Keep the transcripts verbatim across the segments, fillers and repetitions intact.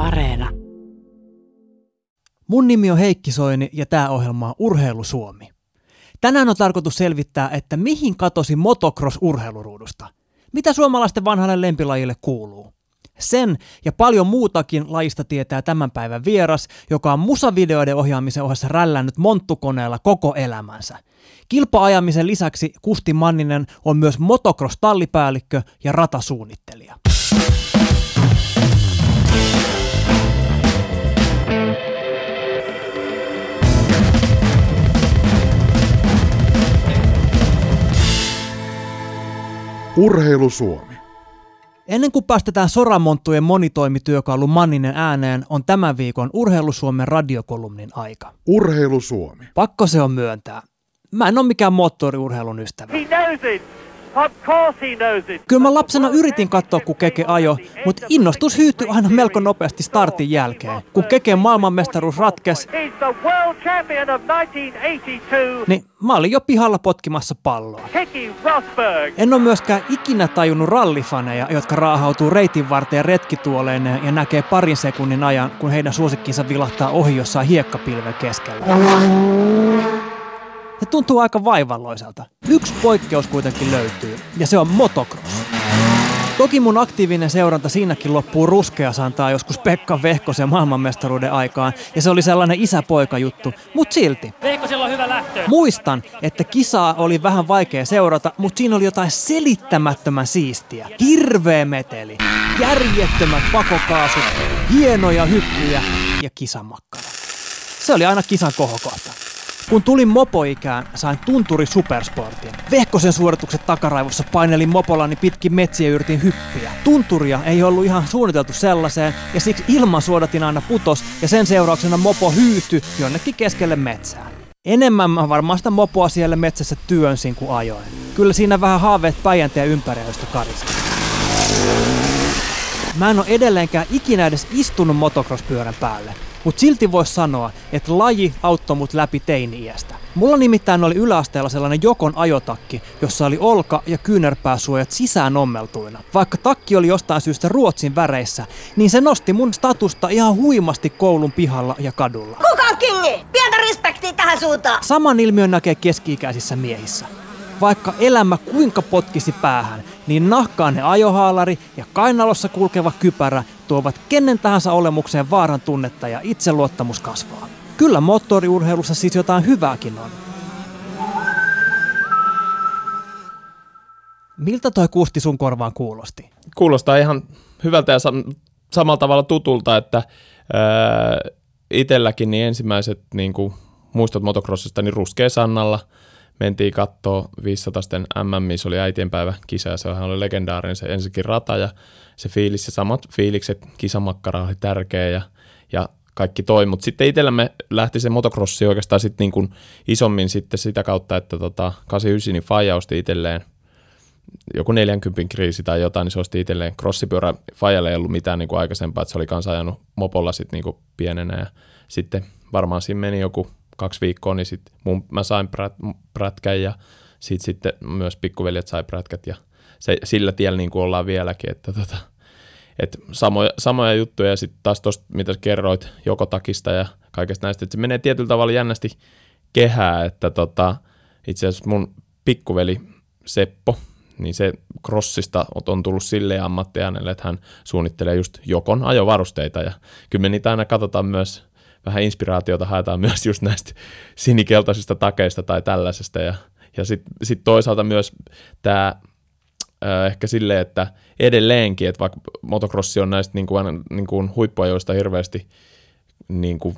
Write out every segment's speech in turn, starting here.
Areena. Mun nimi on Heikki Soini ja tää ohjelma on Urheilu Suomi. Tänään on tarkoitus selvittää, että mihin katosi motocross urheiluruudusta. Mitä suomalaisten vanhalle lempilajille kuuluu? Sen ja paljon muutakin lajista tietää tämän päivän vieras, joka on musavideoiden ohjaamisen ohessa rällännyt monttukoneella koko elämänsä. Kilpa-ajamisen lisäksi Kusti Manninen on myös motocross-tallipäällikkö ja ratasuunnittelija. Urheilu Suomi. Ennen kuin päästetään soramonttujen monitoimityökalu Manninen ääneen, on tämän viikon Urheilu Suomen radiokolumnin aika. Urheilu Suomi. Pakko se on myöntää. Mä en ole mikään moottoriurheilun ystävä. He knows it. Of course he knows it. Kyllä mä lapsena yritin katsoa, kun Keke ajo, mutta innostus hyytyi aina melko nopeasti startin jälkeen. Kun Keken maailmanmestaruus ratkesi, He's the world champion of nineteen eighty-two. niin mä olin jo pihalla potkimassa palloa. Keke Rosberg. En ole myöskään ikinä tajunnut rallifaneja, jotka raahautuu reitin varteen retkituoleineen ja näkee parin sekunnin ajan, kun heidän suosikkinsa vilahtaa ohi jossain hiekkapilven keskellä. Se tuntuu aika vaivalloiselta. Yksi poikkeus kuitenkin löytyy, ja se on motocross. Toki mun aktiivinen seuranta siinäkin loppuu ruskeasantaa joskus Pekka Vehkosen maailmanmestaruuden aikaan, ja se oli sellainen isä-poika-juttu, mut silti. Vehkosella on hyvä lähtö. Muistan, että kisaa oli vähän vaikea seurata, mutta siinä oli jotain selittämättömän siistiä. Hirveä meteli, järjettömät pakokaasut, hienoja hyppyjä ja kisamakkara. Se oli aina kisan kohokohta. Kun tulin mopoikään, sain tunturi supersportin. Vehkosen suoritukset takaraivossa painelin mopollani pitkin metsiä ja yritin hyppiä. Tunturia ei ollut ihan suunniteltu sellaiseen, ja siksi ilmansuodatin aina putos, ja sen seurauksena mopo hyytyi jonnekin keskelle metsää. Enemmän mä varmaan sitä mopoa siellä metsässä työnsin kuin ajoin. Kyllä siinä vähän haaveet Päijänteen ympäröistä karista. Mä en ole edelleenkään ikinä edes istunut motocross-pyörän päälle. Mutta silti voisi sanoa, että laji auttoi mut läpi teini-iästä. Mulla nimittäin oli yläasteella sellainen Jokon ajotakki, jossa oli olka- ja kyynärpääsuojat sisään ommeltuina. Vaikka takki oli jostain syystä Ruotsin väreissä, niin se nosti mun statusta ihan huimasti koulun pihalla ja kadulla. Kuka on kingi? Pientä respektiä tähän suuntaan! Saman ilmiön näkee keski-ikäisissä miehissä. Vaikka elämä kuinka potkisi päähän, niin nahkainen ajohaalari ja kainalossa kulkeva kypärä tuovat kenen tahansa olemukseen vaaran tunnetta ja itseluottamus kasvaa. Kyllä moottoriurheilussa siis jotain hyvääkin on. Miltä toi Kusti sun korvaan kuulosti? Kuulostaa ihan hyvältä ja sam- samalla tavalla tutulta, että ää, itselläkin niin ensimmäiset niin kuin muistot motocrossista niin Ruskea Sannalla. Mentiin kattoo viisisataa M M, se oli äitienpäivä kisa ja sehän oli legendaarinen se ensikin rata ja se fiilis ja samat fiilikset, kisamakkara oli tärkeä ja, ja kaikki toi, mutta sitten itsellämme lähti se motocrossi oikeastaan sitten niin kuin isommin sitten sitä kautta, että tota kahdeksankymmentäyhdeksän niin Faija osti itselleen joku neljänkympin kriisi tai jotain, niin se osti itselleen crossipyörä. Faijalle ei ollut mitään niin kuin aikaisempaa, että se oli kanssa ajanut mopolla sitten niin kuin pienenä ja sitten varmaan siinä meni joku kaksi viikkoa, niin sitten mä sain prät, prätkän ja sitten sitten myös pikkuveljet sai prätkät ja se, sillä tiellä niin kuin ollaan vieläkin, että tota, et samoja, samoja juttuja ja sitten taas tuosta, mitä kerroit Jokotakista ja kaikesta näistä, että se menee tietyllä tavalla jännästi kehää, että tota, itse asiassa mun pikkuveli Seppo, niin se crossista on tullut silleen ammattiaanelle, että hän suunnittelee just Jokon ajovarusteita ja kyllä me niitä aina katsotaan myös vähän inspiraatiota haetaan myös just näistä sinikeltaisista takeista tai tällaisesta. Ja, ja sitten sit toisaalta myös tämä äh, ehkä silleen, että edelleenkin, että vaikka motocrossi on näistä niin kuin, niin kuin huippuajoista hirveästi niin kuin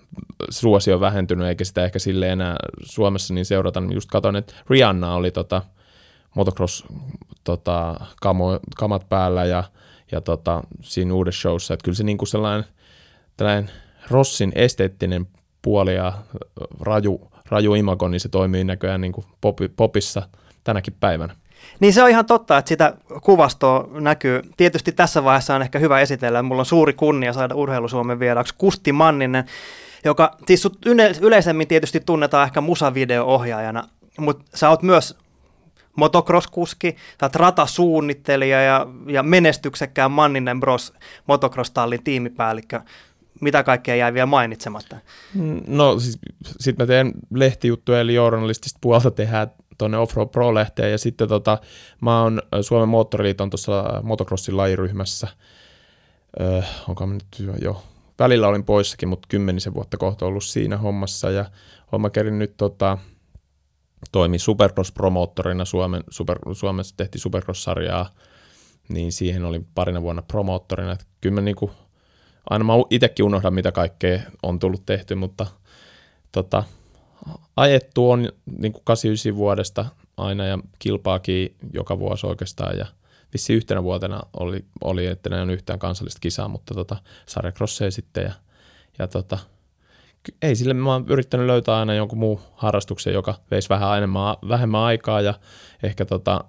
suosio vähentynyt, eikä sitä ehkä silleen enää Suomessa niin seurata, niin just katsoin, että Rihanna oli tota, motocross tota, kamo, kamat päällä ja, ja tota, siinä uudessa showssa, että kyllä se niin kuin sellainen tällainen Rossin esteettinen puoli ja raju, raju imago, niin se toimii näköjään niin kuin popi, popissa tänäkin päivänä. Niin se on ihan totta, että sitä kuvastoa näkyy. Tietysti tässä vaiheessa on ehkä hyvä esitellä. Mulla on suuri kunnia saada Urheilu Suomen vieraaksi Kusti Manninen, joka siis sut yleisemmin tietysti tunnetaan ehkä musavideo-ohjaajana, mutta sä oot myös motocross-kuski, sä oot ratasuunnittelija ja, ja menestyksekkään Manninen Bros motocross-tallin tiimipäällikkö. Mitä kaikkea jäi vielä mainitsematta? No siis sitten mä teen lehtijuttuja, eli journalistista puolta tehdään tuonne Offroad Pro-lehteen, ja sitten tota, mä oon Suomen Moottoriliiton tuossa motocrossin lajiryhmässä. Öö, onko mä nyt jo, välillä olin poissakin, mutta kymmenisen vuotta kohta ollut siinä hommassa, ja olen kerin nyt tota, toimin Supercross-promoottorina Suomen, super, Suomessa tehtiin Supercross-sarjaa, niin siihen olin parina vuonna promoottorina, että kyllä mä niinku aina mä itsekin unohdan, mitä kaikkea on tullut tehty, mutta tota, ajettu on niin kuin kahdeksankymmentäyhdeksän vuodesta aina ja kilpaakin joka vuosi oikeastaan. Ja vissiin yhtenä vuotena oli, oli että ne on yhtään kansallista kisaa, mutta tota, sarjakrosseja sitten. Ja, ja tota, ei sille mä oon yrittänyt löytää aina jonkun muun harrastuksen, joka veisi vähän enemmän, vähemmän aikaa ja ehkä tota,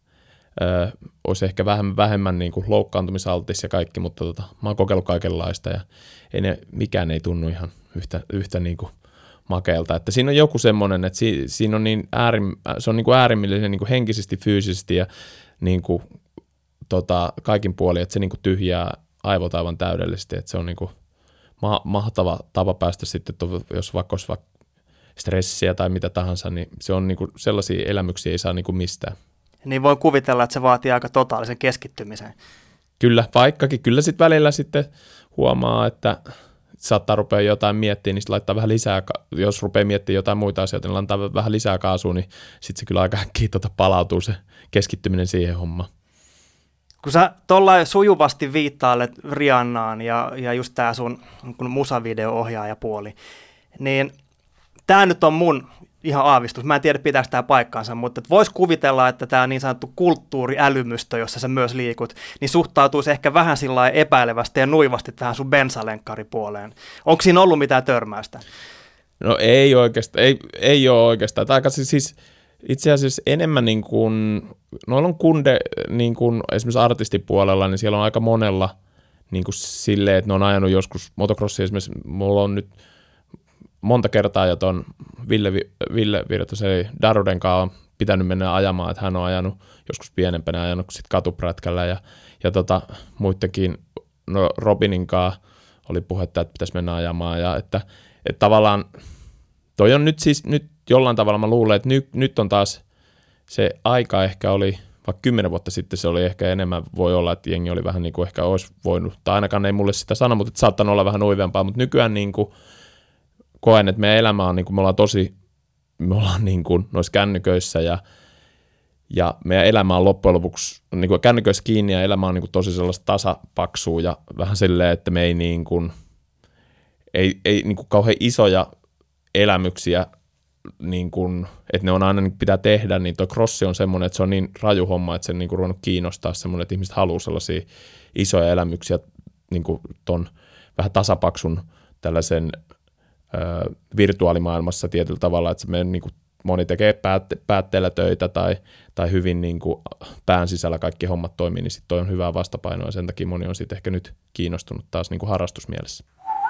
Öö, olisi ehkä vähemmän, vähemmän niin kuin loukkaantumisaltis ja kaikki, mutta tota, mä oon kokeillut kaikenlaista ja ei ne, mikään ei tunnu ihan yhtä, yhtä niin kuin makealta. Että siinä on joku semmoinen, että si, siinä on niin äärim, se on niin kuin äärimmillisen niin kuin henkisesti, fyysisesti ja niin kuin, tota, kaikin puolin, että se niin kuin tyhjää aivot aivan täydellisesti, että se on niin kuin ma- mahtava tapa päästä sitten, jos vaikka olisi vaikka stressiä tai mitä tahansa, niin se on niin kuin sellaisia elämyksiä ei saa niin kuin mistään. Niin voi kuvitella, että se vaatii aika totaalisen keskittymisen. Kyllä, vaikkakin. Kyllä sitten välillä sitten huomaa, että saattaa rupea jotain miettimään, niin sitten laittaa vähän lisää, jos rupeaa miettimään jotain muita asioita, niin laittaa vähän lisää kaasua, niin sitten se kyllä aika äkkiä tota palautuu se keskittyminen siihen hommaan. Kun sä tuolla sujuvasti viittailet Rihannaan ja, ja just tää sun musavideo-ohjaajapuoli, niin tää nyt on mun ihan aavistus. Mä en tiedä, pitääkö tämä paikkaansa, mutta vois kuvitella, että tämä niin sanottu kulttuuriälymystö, jossa sä myös liikut, niin suhtautuisi ehkä vähän sillä epäilevästi ja nuivasti tähän sun bensalenkkaripuoleen. Onko siinä ollut mitään törmäystä? No ei oikeastaan, ei, ei ole oikeastaan. Tämä siis itse asiassa enemmän niin kuin, noilla on kunde, niin kuin esimerkiksi artistipuolella, niin siellä on aika monella niin kuin silleen, että ne on ajanut joskus motocrossia. Esimerkiksi mulla on nyt monta kertaa jo tuon Ville, Ville Virtasen eli Daruden kanssa on pitänyt mennä ajamaan, että hän on ajanut joskus pienempänä ajanut sitten katuprätkällä ja, ja tota, muidenkin, no Robinin kanssa oli puhetta, että pitäisi mennä ajamaan ja että, että tavallaan toi on nyt siis nyt jollain tavalla mä luulen, että nyt, nyt on taas se aika ehkä oli, vaikka kymmenen vuotta sitten se oli ehkä enemmän, voi olla, että jengi oli vähän niin kuin ehkä olisi voinut, tai ainakaan ei mulle sitä sano, mutta saattanut olla vähän nuivempaa, mutta nykyään niin kuin koen, että meidän elämä on, niin kuin me ollaan tosi, me ollaan niin kuin noissa kännyköissä ja, ja meidän elämä on loppujen lopuksi niin kuin kännyköissä kiinni ja elämä on niin kuin tosi sellaista tasapaksua ja vähän silleen, että me ei niin kuin, ei, ei niin kuin kauhean isoja elämyksiä, niin kuin, että ne on aina niin pitää tehdä, niin tuo crossi on semmoinen, että se on niin raju homma, että se on niin kuin ruvennut kiinnostaa semmoinen, että ihmiset haluaa sellaisia isoja elämyksiä niin kuin ton vähän tasapaksun tällaisen virtuaalimaailmassa tietyllä tavalla, että me niin kuin moni tekee päätte- päätteellä töitä tai, tai hyvin niin kuin pään sisällä kaikki hommat toimii, niin sitten toi on hyvää vastapainoa ja sen takia moni on sitten ehkä nyt kiinnostunut taas niin kuin harrastusmielessä.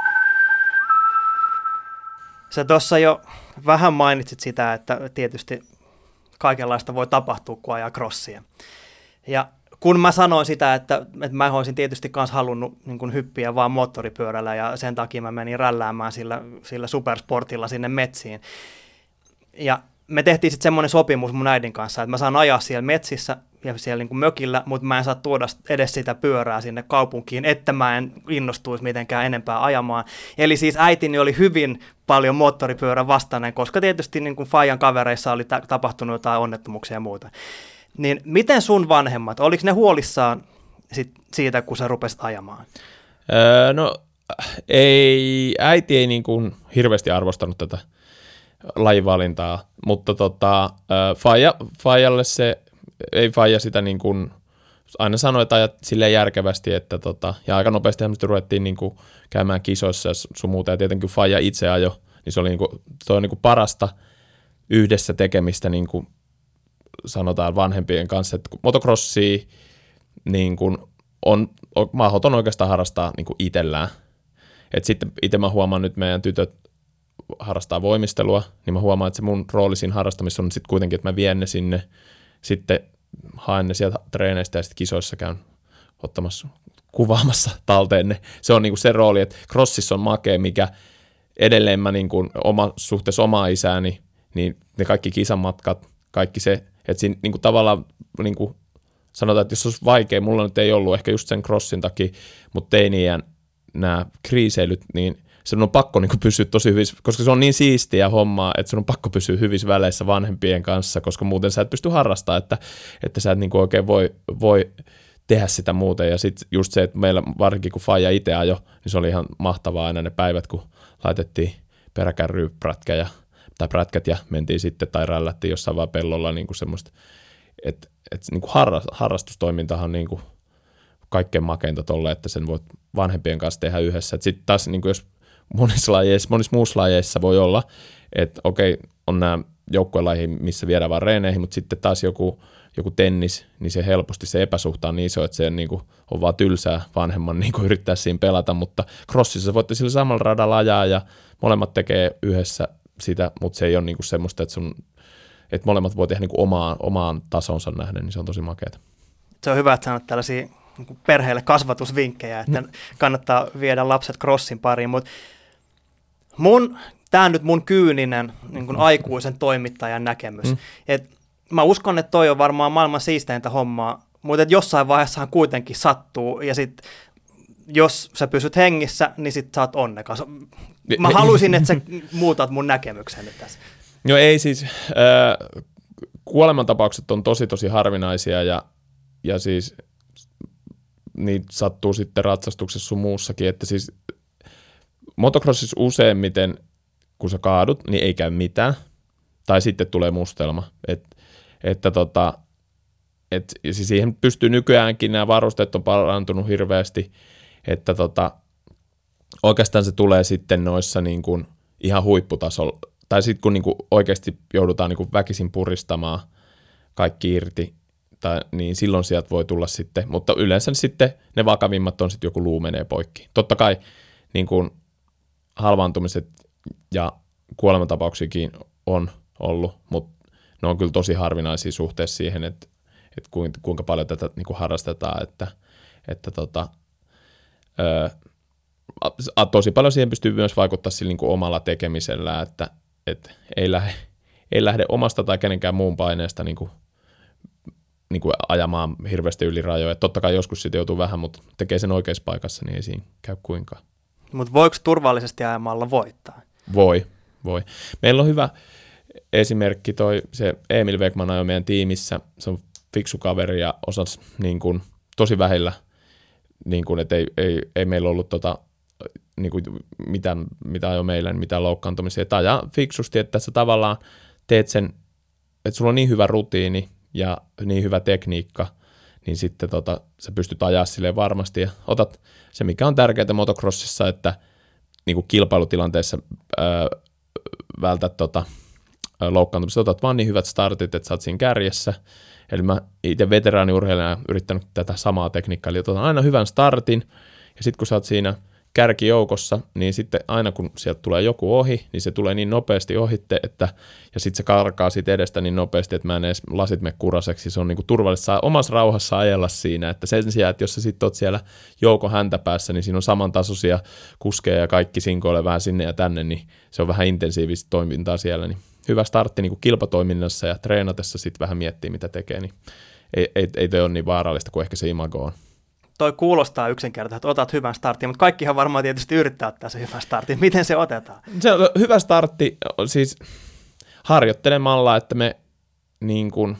Sä tuossa jo vähän mainitsit sitä, että tietysti kaikenlaista voi tapahtua, kun ajaa crossia. Ja kun mä sanoin sitä, että, että mä olisin tietysti myös halunnut niin kuin hyppiä vaan moottoripyörällä ja sen takia mä menin rälläämään sillä, sillä supersportilla sinne metsiin. Ja me tehtiin sitten semmoinen sopimus mun äidin kanssa, että mä saan ajaa siellä metsissä ja siellä niin kuin mökillä, mutta mä en saa tuoda edes sitä pyörää sinne kaupunkiin, että mä en innostuisi mitenkään enempää ajamaan. Eli siis äitini oli hyvin paljon moottoripyörän vastainen, koska tietysti niin kuin Fajan kavereissa oli ta- tapahtunut jotain onnettomuuksia ja muuta. Niin miten sun vanhemmat, oliko ne huolissaan sit siitä, kun sä rupesit ajamaan? Öö, no ei, äiti ei niin kuin hirveästi arvostanut tätä lajivalintaa, mutta tota, Faija, Faijalle se, ei Faija sitä niin kuin, aina sanoi, että ajat silleen järkevästi, että tota, ja aika nopeasti ruvettiin niin kuin käymään kisoissa ja sun muuta, ja tietenkin Faija itse ajo, niin se oli niin kuin, toi on niin kuin parasta yhdessä tekemistä niin kuin sanotaan vanhempien kanssa, että motocrossia niin kuin on, on mahdoton oikeastaan harrastaa niin kuin itsellään. Et sitten itse mä huomaan nyt meidän tytöt harrastaa voimistelua, niin mä huomaan, että se mun rooli siinä harrastamisessa on sitten kuitenkin, että mä vien ne sinne sitten haen ne sieltä treeneistä ja sitten kisoissa käyn ottamassa, kuvaamassa talteen ne. Se on niinku se rooli, että crossissa on makea, mikä edelleen mä niinku oma, suhteessa omaa isääni, niin ne kaikki kisamatkat, kaikki se, että siinä niinku tavallaan niinku sanotaan, että jos olisi vaikea, mulla nyt ei ollut ehkä just sen crossin takia, mutta teini-iän nämä kriiseilyt, niin se on pakko niin kuin pysyä tosi hyvissä, koska se on niin siistiä hommaa, että se on pakko pysyä hyvissä väleissä vanhempien kanssa, koska muuten sä et pysty harrastamaan, että, että sä et niin kuin oikein voi, voi tehdä sitä muuten. Ja sitten just se, että meillä varsinkin kun faija itse ajo, niin se oli ihan mahtavaa aina ne päivät, kun laitettiin peräkärryprätkä ja, tai prätkät ja mentiin sitten tai rällättiin jossain vaan pellolla niin kuin semmoista, että, että niin kuin harrastustoimintahan on niin kuin kaikkein makeinta tolle, että sen voit vanhempien kanssa tehdä yhdessä. Sitten taas niin kuin jos monissa lajeissa, monissa muussa lajeissa voi olla, että okei, on nämä joukkuelaji, missä viedään vaan reeneihin, mutta sitten taas joku, joku tennis, niin se helposti se epäsuhta on niin iso, että se niin kuin on vaan tylsää vanhemman niin kuin yrittää siinä pelata, mutta crossissa voitte sillä samalla radalla ajaa ja molemmat tekee yhdessä sitä, mutta se ei ole niin kuin semmoista, että, sun, että molemmat voi tehdä niin kuin omaan, omaan tasonsa nähden, niin se on tosi makeata. Se on hyvä, että sanot tällaisia perheelle kasvatusvinkkejä, että mm. kannattaa viedä lapset crossin pariin, mutta mun, tämä on nyt mun kyyninen niin kuin aikuisen toimittajan näkemys. Mm. Et mä uskon, että toi on varmaan maailman siisteintä hommaa, mutta jossain vaiheessahan kuitenkin sattuu, ja sitten jos sä pysyt hengissä, niin sit sä oot onnekas. Mä haluaisin, että sä muutat mun näkemykseni tässä. No ei siis, äh, kuolemantapaukset on tosi tosi harvinaisia, ja, ja siis niitä sattuu sitten ratsastuksessa sun muussakin, että siis motocrossissa useimmiten, kun sä kaadut, niin ei käy mitään, tai sitten tulee mustelma, et, että tota, et, siis siihen pystyy nykyäänkin, nämä varusteet on parantunut hirveästi, että tota, oikeastaan se tulee sitten noissa niin kuin ihan huipputasolla, tai sitten kun niin kuin oikeasti joudutaan niin kuin väkisin puristamaan kaikki irti, tai, niin silloin sieltä voi tulla sitten, mutta yleensä sitten ne vakavimmat on sitten joku luu menee poikki. Totta kai niin kuin halvaantumiset ja kuolemantapauksiakin on ollut, mutta ne on kyllä tosi harvinaisia suhteessa siihen, että, että kuinka, kuinka paljon tätä niin kuin harrastetaan, että, että tota, ää, tosi paljon siihen pystyy myös vaikuttaa sillä niin kuin omalla tekemisellä, että, että ei, lähde, ei lähde omasta tai kenenkään muun paineesta niin kuin, niin kuin ajamaan hirveästi yli rajoja. Totta kai joskus siitä joutuu vähän, mutta tekee sen oikeassa paikassa, niin ei siinä käy kuinkaan. Mutta voiko turvallisesti ajamalla voittaa? Voi, voi. Meillä on hyvä esimerkki toi, se Emil Wegman ajoi meidän tiimissä, se on fiksu kaveri ja osasi niin kuin, tosi vähillä, niin kuin, että ei, ei, ei meillä ollut tota, niin kuin, mitään, mitä ajoi meillä, mitään loukkaantumisia. Että ajaa fiksusti, että sä tavallaan teet sen, että sulla on niin hyvä rutiini ja niin hyvä tekniikka, niin sitten tota, sä pystyt ajaa silleen varmasti ja otat se, mikä on tärkeää motocrossissa, että niin kuin kilpailutilanteessa ää, vältät tota, loukkaantumista, otat vaan niin hyvät startit, että sä oot siinä kärjessä. Eli mä itse veteraaniurheilijana yrittänyt tätä samaa tekniikkaa, eli otan aina hyvän startin, ja sitten kun sä oot siinä kärkijoukossa, niin sitten aina kun sieltä tulee joku ohi, niin se tulee niin nopeasti ohitte, että, ja sitten se karkaa siitä edestä niin nopeasti, että mä en edes lasit mene kuraseksi. Se on niin kuin turvallista saa omassa rauhassa ajella siinä, että sen sijaan, että jos sä sitten oot siellä joukon häntäpäässä, niin siinä on samantasoisia kuskeja ja kaikki sinkoilee vähän sinne ja tänne, niin se on vähän intensiivistä toimintaa siellä. Niin hyvä startti niin kuin kilpatoiminnassa ja treenatessa sitten vähän miettii, mitä tekee, niin ei, ei, ei toi ole niin vaarallista kuin ehkä se imago on. Toi kuulostaa yksinkertaisesti, että otat hyvän startin, mutta kaikkihan varmaan tietysti yrittää ottaa se hyvän startin. Miten se otetaan? Se on hyvä startti, siis harjoittelemalla, että me niin kuin,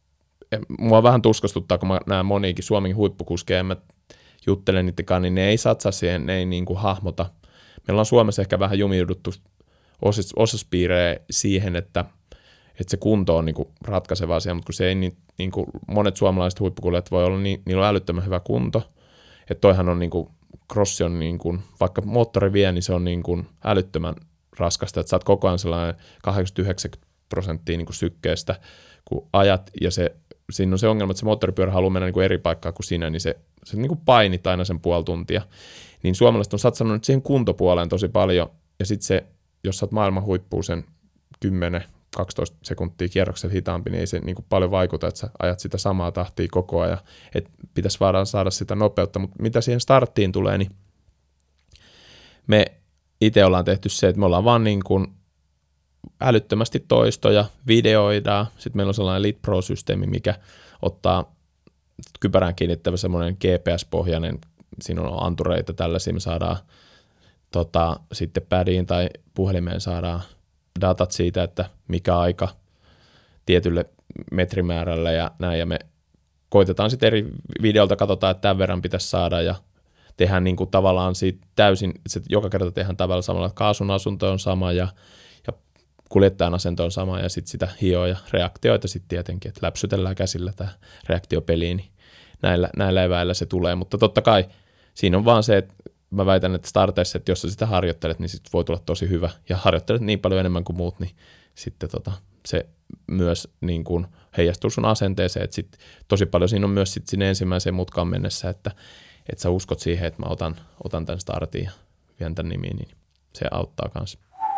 mua vähän tuskastuttaa, kun mä näen moniikin Suomen huippukuskeja, ja mä juttelen niiden kanssa, niin ne ei satsaa siihen, ne ei niin kuin hahmota. Meillä on Suomessa ehkä vähän jumiuduttu osas, osaspiirejä siihen, että, että se kunto on niin kuin ratkaiseva asia, mutta kun se ei niin, niin kuin monet suomalaiset huippukuljettajat voi olla, niin niillä on älyttömän hyvä kunto. Että toihan on niin kuin, crossi on niin kuin, vaikka moottori vie, niin se on niin kuin älyttömän raskasta, että sä oot koko ajan sellainen kahdeksankymmentä yhdeksänkymmentä prosenttia niin kuin sykkeestä, kun ajat, ja se, siinä on se ongelma, että se moottoripyörä haluaa mennä niin kuin eri paikkaan kuin sinä, niin se, se niin kuin painit aina sen puoli tuntia. Niin suomalaiset on satsannut nyt siihen kuntopuoleen tosi paljon, ja sitten se, jos sä oot maailman huippuun sen kymmenen kaksitoista sekuntia kierroksella hitaampi, niin ei se niin kuin paljon vaikuta, että sä ajat sitä samaa tahtia koko ajan, että pitäisi vaan saada sitä nopeutta, mutta mitä siihen starttiin tulee, niin me itse ollaan tehty se, että me ollaan vaan niin kuin älyttömästi toistoja, videoidaan, sitten meillä on sellainen Elite Pro-systeemi, mikä ottaa kypärään kiinnittävä semmoinen G P S-pohjainen, siinä on antureita tällaisia, me saadaan tota, sitten pädiin tai puhelimeen saadaan datat siitä, että mikä aika tietylle metrimäärälle ja näin, ja me koitetaan sitten eri videolta, katsotaan, että tämän verran pitäisi saada, ja tehdään niin kuin tavallaan siitä täysin, se joka kerta tehdään tavallaan samalla, että kaasun asunto on sama, ja, ja kuljettajan asento on sama, ja sitten sitä hioa ja reaktioita sitten tietenkin, että läpsytellään käsillä tämä reaktiopeliin, niin näillä, näillä eväillä se tulee, mutta totta kai siinä on vaan se, että mä väitän, että starteissa, että jos sä sitä harjoittelet, niin sit voi tulla tosi hyvä, ja harjoittelet niin paljon enemmän kuin muut, niin sitten tota, se myös niin kuin heijastuu sun asenteeseen, että sit tosi paljon siinä on myös sit sinne ensimmäiseen mutkaan mennessä, että, että sä uskot siihen, että mä otan, otan tämän startin ja vien tämän nimiin, niin se auttaa kanssa.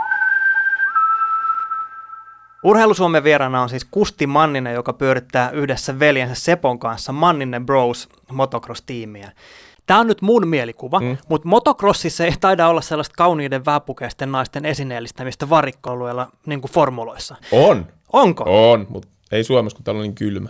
Urheilusuomen vieraana on siis Kusti Manninen, joka pyörittää yhdessä veljensä Sepon kanssa Manninen Bros motocross-tiimiä. Tämä on nyt mun mielikuva, mm. mutta motocrossissa ei taida olla sellaista kauniiden väpukeisten naisten esineellistämistä varikkoalueella niin kuin formuloissa. On. Onko? On, mutta ei Suomessa, kun täällä on niin kylmä.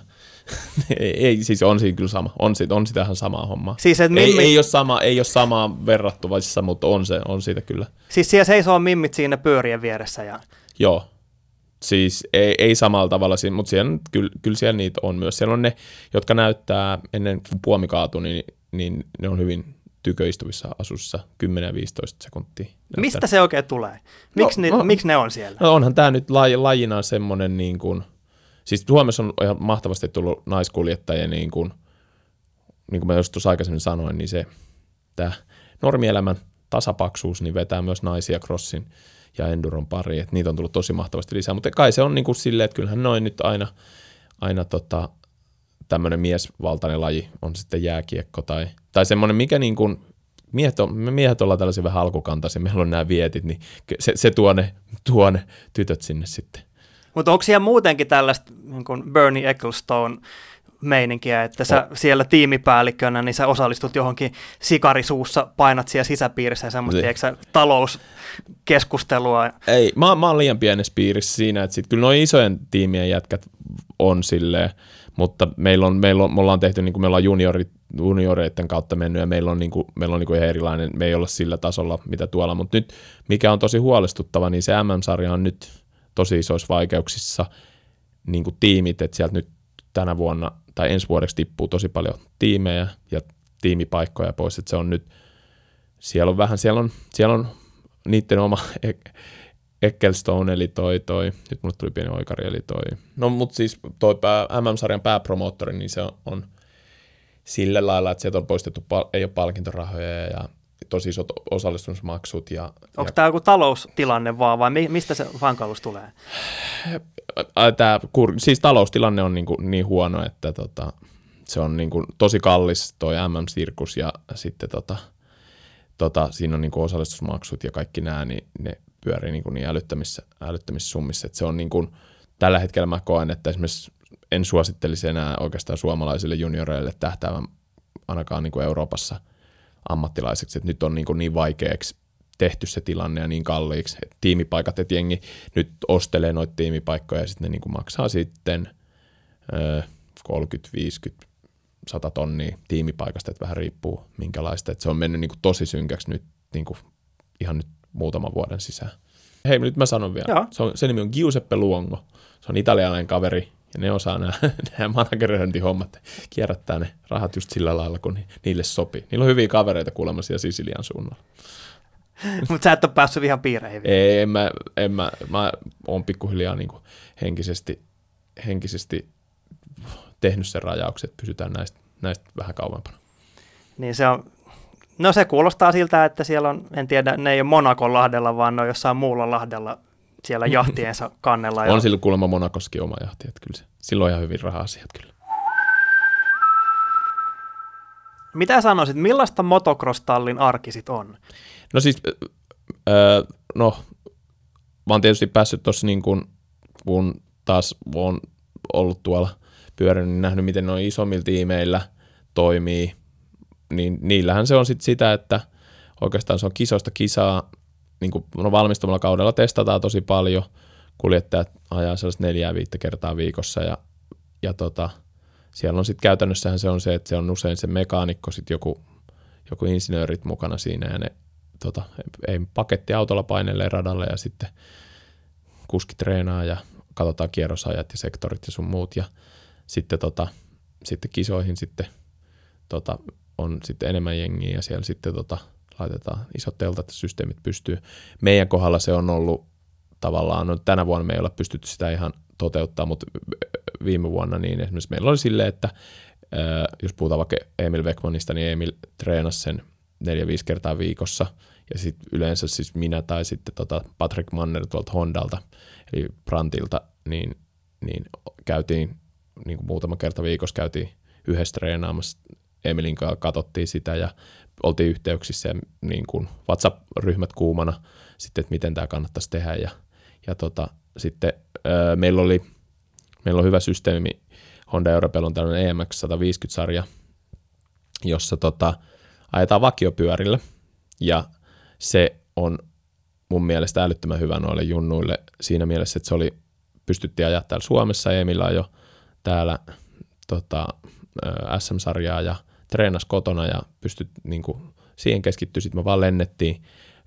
ei, ei, siis on siinä kyllä sama. On, sit, on sitä ihan samaa hommaa. Siis, ei, mimmi... ei, ole sama, ei ole samaa verrattuvassa, mutta on, se, on siitä kyllä. Siis siellä seisoo mimmit siinä pyörien vieressä. Ja... Joo. Siis ei, ei samalla tavalla, mutta siellä, kyllä, kyllä siellä niitä on myös. Siellä on ne, jotka näyttää ennen kuin puomi kaatuu, niin, niin ne on hyvin tyköistuvissa asussa kymmenen viisitoista sekuntia. Näyttää. Mistä se oikein tulee? Miks, no, ni, no, miksi ne on siellä? No onhan tämä nyt laj, lajina semmoinen, niin kuin, siis Suomessa on ihan mahtavasti tullut naiskuljettajia, niin kuin, niin kuin mä just tuossa aikaisemmin sanoin, niin se tämä normielämän tasapaksuus niin vetää myös naisia crossin ja enduron pariin, että niitä on tullut tosi mahtavasti lisää, mutta kai se on niin kuin silleen, että kyllähän noin nyt aina, aina tota, tämmöinen miesvaltainen laji on sitten jääkiekko tai, tai semmoinen, mikä niin kuin, miehet, on, me miehet ollaan tällaisia vähän alkukantaisia, meillä on nämä vietit, niin se, se tuo, ne, tuo ne tytöt sinne sitten. Mutta onko siellä muutenkin tällaista niin kuin Bernie Ecclestone meininkiä, että sä oh. siellä tiimipäällikkönä, niin sä osallistut johonkin sikarisuussa, painat siellä sisäpiirissä ja semmoista, eikö sä talouskeskustelua? Ei, mä, mä oon liian pienessä piirissä siinä, että sit kyllä noin isojen tiimien jätkät on silleen, mutta meillä on, meillä on, me ollaan tehty, niin kuin meillä on juniorit, junioreiden kautta mennyt ja meillä on, niin kuin, meillä on niin kuin ihan erilainen, me ei olla sillä tasolla, mitä tuolla, mutta nyt mikä on tosi huolestuttava, niin se M M-sarja on nyt tosi isoissa vaikeuksissa niin kuin tiimit, että sieltä nyt tänä vuonna tai ensi vuodeksi tippuu tosi paljon tiimejä ja tiimipaikkoja pois, että se on nyt, siellä on vähän, siellä on, siellä on niiden oma Ecclestone, eli toi, toi, nyt mulle tuli pieni oikari, eli toi, no mutta siis toi pää, M M-sarjan pääpromoottori, niin se on, on sillä lailla, että sieltä on poistettu, ei ole palkintorahoja ja tosi isot osallistumismaksut. Ja, Onko ja... tämä joku taloustilanne vaan vai mistä se hankaluus tulee? Tämä, siis taloustilanne on niin, kuin, niin huono, että tota, se on niin kuin tosi kallis toi M M-sirkus ja sitten tota, tota, siinä on niin kuin osallistusmaksut ja kaikki nämä, niin ne pyörii niin, kuin niin älyttömissä, älyttömissä summissa. Että se on niin kuin, tällä hetkellä mä koen, että esimerkiksi en suosittelisi enää oikeastaan suomalaisille junioreille tähtäävän ainakaan niin kuin Euroopassa ammattilaiseksi, että nyt on niin, kuin niin vaikeaksi tehty se tilanne ja niin kalliiksi, että tiimipaikat, että jengi nyt ostelee noita tiimipaikkoja ja sitten ne niin kuin maksaa sitten ö, kolmekymmentä, viisikymmentä, sata tonnia tiimipaikasta, että vähän riippuu minkälaista, että se on mennyt niin kuin tosi synkäksi nyt niin kuin ihan nyt muutaman vuoden sisään. Hei, nyt mä sanon vielä, se, on, se nimi on Giuseppe Luongo, se on italialainen kaveri ja ne osaa nämä, nämä managerointihommat, kierrättää ne rahat just sillä lailla, kun niille sopii. Niillä on hyviä kavereita kuulemma siellä Sisilian suunnalla. Mutta sä et ole päässyt ihan piireihin. Ei, en mä, en mä, mä oon pikkuhiljaa niin kuin henkisesti, henkisesti tehnyt sen rajauksen, että pysytään näistä, näistä vähän kauempana. Niin se on, no se kuulostaa siltä, että siellä on, en tiedä, ne ei ole Monakon lahdella, vaan ne on jossain muulla lahdella siellä jahtiensa kannella. On sillä kuulemma Monakoskin oma jahti, että kyllä se, sillä on ihan hyvin raha-asiat kyllä. Mitä sanoisit, millaista motocross-tallin arki sit on? No siis, öö, no, mä oon tietysti päässyt tuossa niin kuin kun taas on ollut tuolla pyörinyt, niin nähnyt, miten noin isommilla tiimeillä toimii, niin niillähän se on sitten sitä, että oikeastaan se on kisoista kisaa, niin kuin no valmistumalla kaudella testataan tosi paljon, kuljettajat ajaa sellaista neljää viittä kertaa viikossa ja, ja tota, siellä on sitten käytännössähän se on se, että se on usein se mekaanikko, sitten joku, joku insinöörit mukana siinä ja ne tota, ei pakettiautolla painelee radalle ja sitten kuski treenaa ja katsotaan kierrosajat ja sektorit ja sun muut ja sitten, tota, sitten kisoihin sitten tota, on sitten enemmän jengiä ja siellä sitten tota, laitetaan isot teltat ja systeemit pystyy. Meidän kohdalla se on ollut tavallaan, no tänä vuonna me ei olla pystytty sitä ihan toteuttaa, mutta viime vuonna niin esimerkiksi meillä oli silleen, että ää, jos puhutaan vaikka Emil Beckmanista, niin Emil treenasi sen neljä viisi kertaa viikossa ja sitten yleensä siis minä tai sitten tota Patrick Manner tuolta Hondalta eli Brantilta, niin, niin käytiin niin kuin muutama kerta viikossa käytiin yhdessä treenaamassa. Emilin kanssa katsottiin sitä ja oltiin yhteyksissä ja niin kuin WhatsApp-ryhmät kuumana sitten, että miten tämä kannattaisi tehdä. Ja, ja tota, sitten ää, meillä, oli, meillä on hyvä systeemi. Honda Europel on tällainen E M X sata viisikymmentä-sarja, jossa tota, ajetaan vakiopyörillä ja se on mun mielestä älyttömän hyvä noille junnuille siinä mielessä, että se oli, pystyttiin ajaa täällä Suomessa. Emillä on jo täällä tota, S M-sarjaa ja treenasi kotona ja pystyt niin kuin, siihen keskittyä. Sitten me vaan lennettiin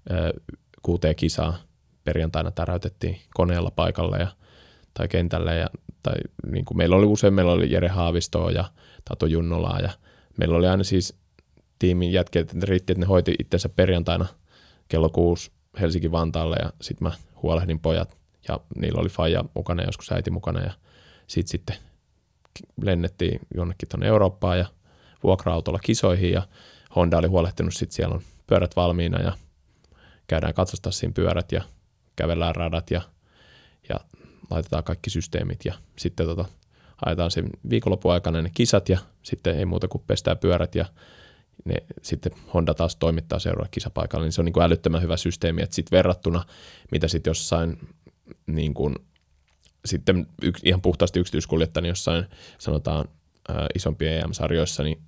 kuuteen kisaa. Perjantaina täräytettiin koneella paikalle ja, tai kentälle. Ja, tai, niin kuin meillä oli usein, meillä oli Jere Haavistoa ja Tato Junnolaa ja meillä oli aina siis tiimin jätkiä, että riitti, että ne hoiti itsensä perjantaina kello kuusi Helsinki-Vantaalle ja sitten mä huolehdin pojat ja niillä oli faija mukana ja joskus äiti mukana ja sitten sitten lennettiin jonnekin tuonne Eurooppaan ja vuokra-autolla kisoihin ja Honda oli huolehtinut, sitten siellä on pyörät valmiina ja käydään katsostaa siinä pyörät ja kävellään radat ja, ja laitetaan kaikki systeemit ja sitten tota, ajetaan sen viikonlopun aikana ne kisat ja sitten ei muuta kuin pestää pyörät ja ne, sitten Honda taas toimittaa seuraava kisapaikalle, niin se on niin kuin älyttömän hyvä systeemi, että sitten verrattuna mitä sitten jossain niin kuin sitten yks, ihan puhtaasti yksityiskuljettajana niin jossain sanotaan ää, isompien E M-sarjoissa, niin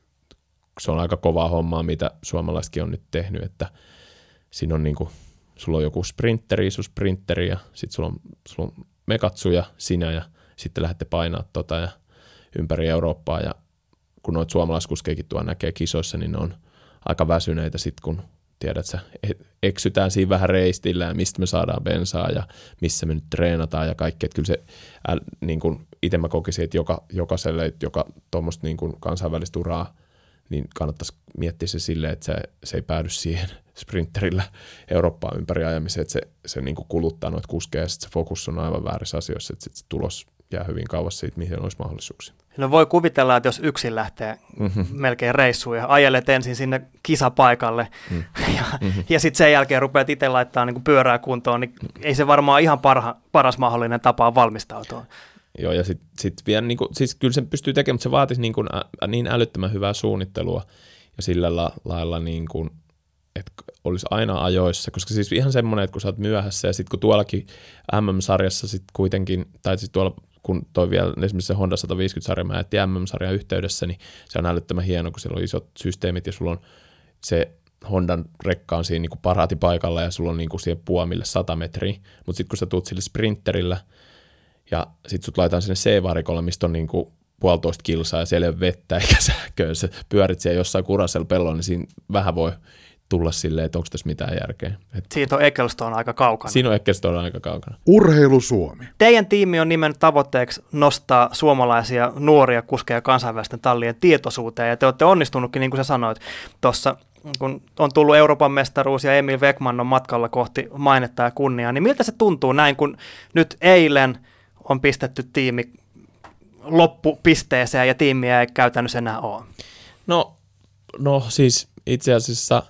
se on aika kovaa hommaa, mitä suomalaisetkin on nyt tehnyt, että siinä on niinku, sulla on joku sprinteri, iso sprinteri ja sitten sulla on, sulla on mekatsu ja sinä ja sitten lähdette painaa tota ja ympäri Eurooppaa ja kun noita suomalaiskuskeekin tuo näkee kisoissa, niin ne on aika väsyneitä sitten, kun tiedät sä, eksytään siinä vähän reistillä ja mistä me saadaan bensaa ja missä me nyt treenataan ja kaikki. Että kyllä se, äh, niin kuin itse mä kokisin, että joka, jokaiselle, joka tuommoista niin kuin kansainvälistä uraa, niin kannattaisi miettiä se silleen, että se, se ei päädy siihen sprinterillä Eurooppaan ympäri ajamiseen, että se, se niin kuin kuluttaa noita kuskeja ja sitten se fokus on aivan väärissä asioissa, että se tulos jää hyvin kauas siitä, mihin olisi mahdollisuuksia. No voi kuvitella, että jos yksin lähtee mm-hmm. melkein reissuun ja ajelet ensin sinne kisapaikalle mm. ja, mm-hmm. ja sitten sen jälkeen rupeat itse laittaa niin kuin pyörää kuntoon, niin mm. ei se varmaan ihan parha, paras mahdollinen tapa valmistautua. Joo, ja sitten sit vielä, niin kuin, siis kyllä sen pystyy tekemään, mutta se vaatisi niin, kuin, ä, niin älyttömän hyvää suunnittelua ja sillä la, lailla, niin kuin, että olisi aina ajoissa, koska siis ihan semmoinen, että kun sä oot myöhässä ja sitten kun tuollakin M M-sarjassa sitten kuitenkin, tai siis tuolla kun toi vielä esimerkiksi se Honda sata viisikymmentä-sarja, mä jättiin M M-sarjan yhteydessä, niin se on älyttömän hieno, kun siellä on isot systeemit ja sulla on se Hondan rekka on siinä niin kuin paraatipaikalla ja sulla on niin kuin siihen puomille sata metriä, mutta sitten kun sä tuut sille sprinterillä ja sitten sut laitetaan sinne C-varikolle, mistä on niin kuin puolitoista kilsaa ja siellä ei ole vettä eikä sähköä, sä pyörit siellä jossain kurasella pellolla, niin siinä vähän voi tulla silleen, että onko tässä mitään järkeä. Et siitä on Ecclestone aika kaukana. Siinä on Ecclestone aika kaukana. Urheilu Suomi. Teidän tiimi on nimennyt tavoitteeksi nostaa suomalaisia nuoria kuskeja kansainvälisten tallien tietoisuuteen, ja te olette onnistunutkin, niin kuin sä sanoit tuossa, kun on tullut Euroopan mestaruus ja Emil Beckman on matkalla kohti mainetta ja kunniaa, niin miltä se tuntuu näin, kun nyt eilen on pistetty tiimi loppupisteeseen ja tiimiä ei käytännössä enää ole? No, no siis itse asiassa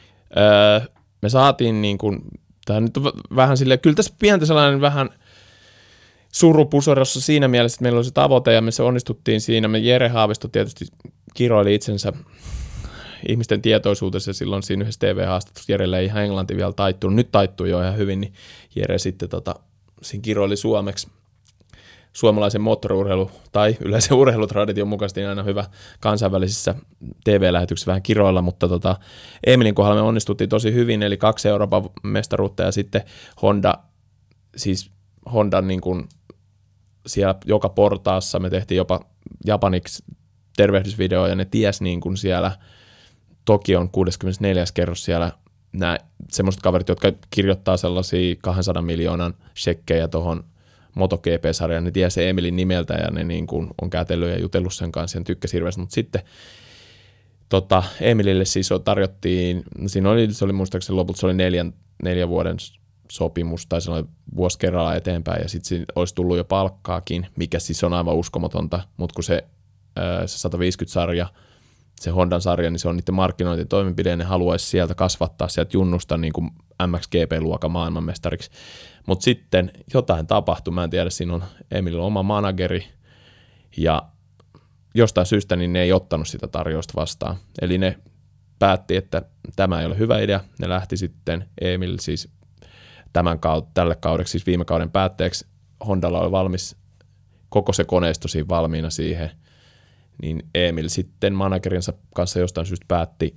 öö, me saatiin niin kuin, tämä nyt on vähän silleen, kyllä tässä pientä sellainen vähän surupuserossa siinä mielessä, että meillä oli se tavoite ja me se onnistuttiin siinä. Me Jere Haavisto tietysti kiroili itsensä ihmisten tietoisuudessa silloin siinä yhdessä T V-haastattelussa. Jerelle ei ihan englanti vielä taittunut, nyt taittuu jo ihan hyvin, niin Jere sitten tota, siinä kiroili suomeksi. Suomalaisen moottoriurheilu tai yleisen urheilutradition mukaisesti aina hyvä kansainvälisissä T V-lähetyksissä vähän kiroilla, mutta tota, Emilin kohdalla me onnistuttiin tosi hyvin, eli kaksi Euroopan mestaruutta ja sitten Honda, siis Hondan niin kuin siellä joka portaassa me tehtiin jopa japaniksi tervehdysvideo ja ne ties niin kuin siellä Tokion kuudeskymmenesneljäs kerros siellä nämä semmoiset kaverit, jotka kirjoittaa sellaisia kahdensadan miljoonan shekkejä tuohon MotoGP-sarjaan, ne tiesi Emilin nimeltä ja ne niin kuin on kätellyt ja jutellut sen kanssa ja tykkäsi hirveästi, mutta sitten tota, Emilille siis tarjottiin, siinä oli, se oli muistaakseni lopulta se oli neljän, neljän vuoden sopimus tai se oli vuosi kerrallaan eteenpäin ja sitten siinä olisi tullut jo palkkaakin, mikä siis on aivan uskomatonta, mutta kun se, se sata viisikymmentä-sarja, se Hondan sarja, niin se on niiden markkinointitoimenpide ja ne haluaisi sieltä kasvattaa sieltä junnusta niin kuin M X G P-luokan maailmanmestariksi. Mutta sitten jotain tapahtui, mä en tiedä, siinä on Emilillä oma manageri ja jostain syystä niin ne ei ottanut sitä tarjousta vastaan. Eli ne päätti, että tämä ei ole hyvä idea. Ne lähti sitten Emil siis tämän kaud- tälle kaudeksi, siis viime kauden päätteeksi. Hondalla oli valmis, koko se koneisto siinä valmiina siihen. Niin Emil sitten managerinsa kanssa jostain syystä päätti,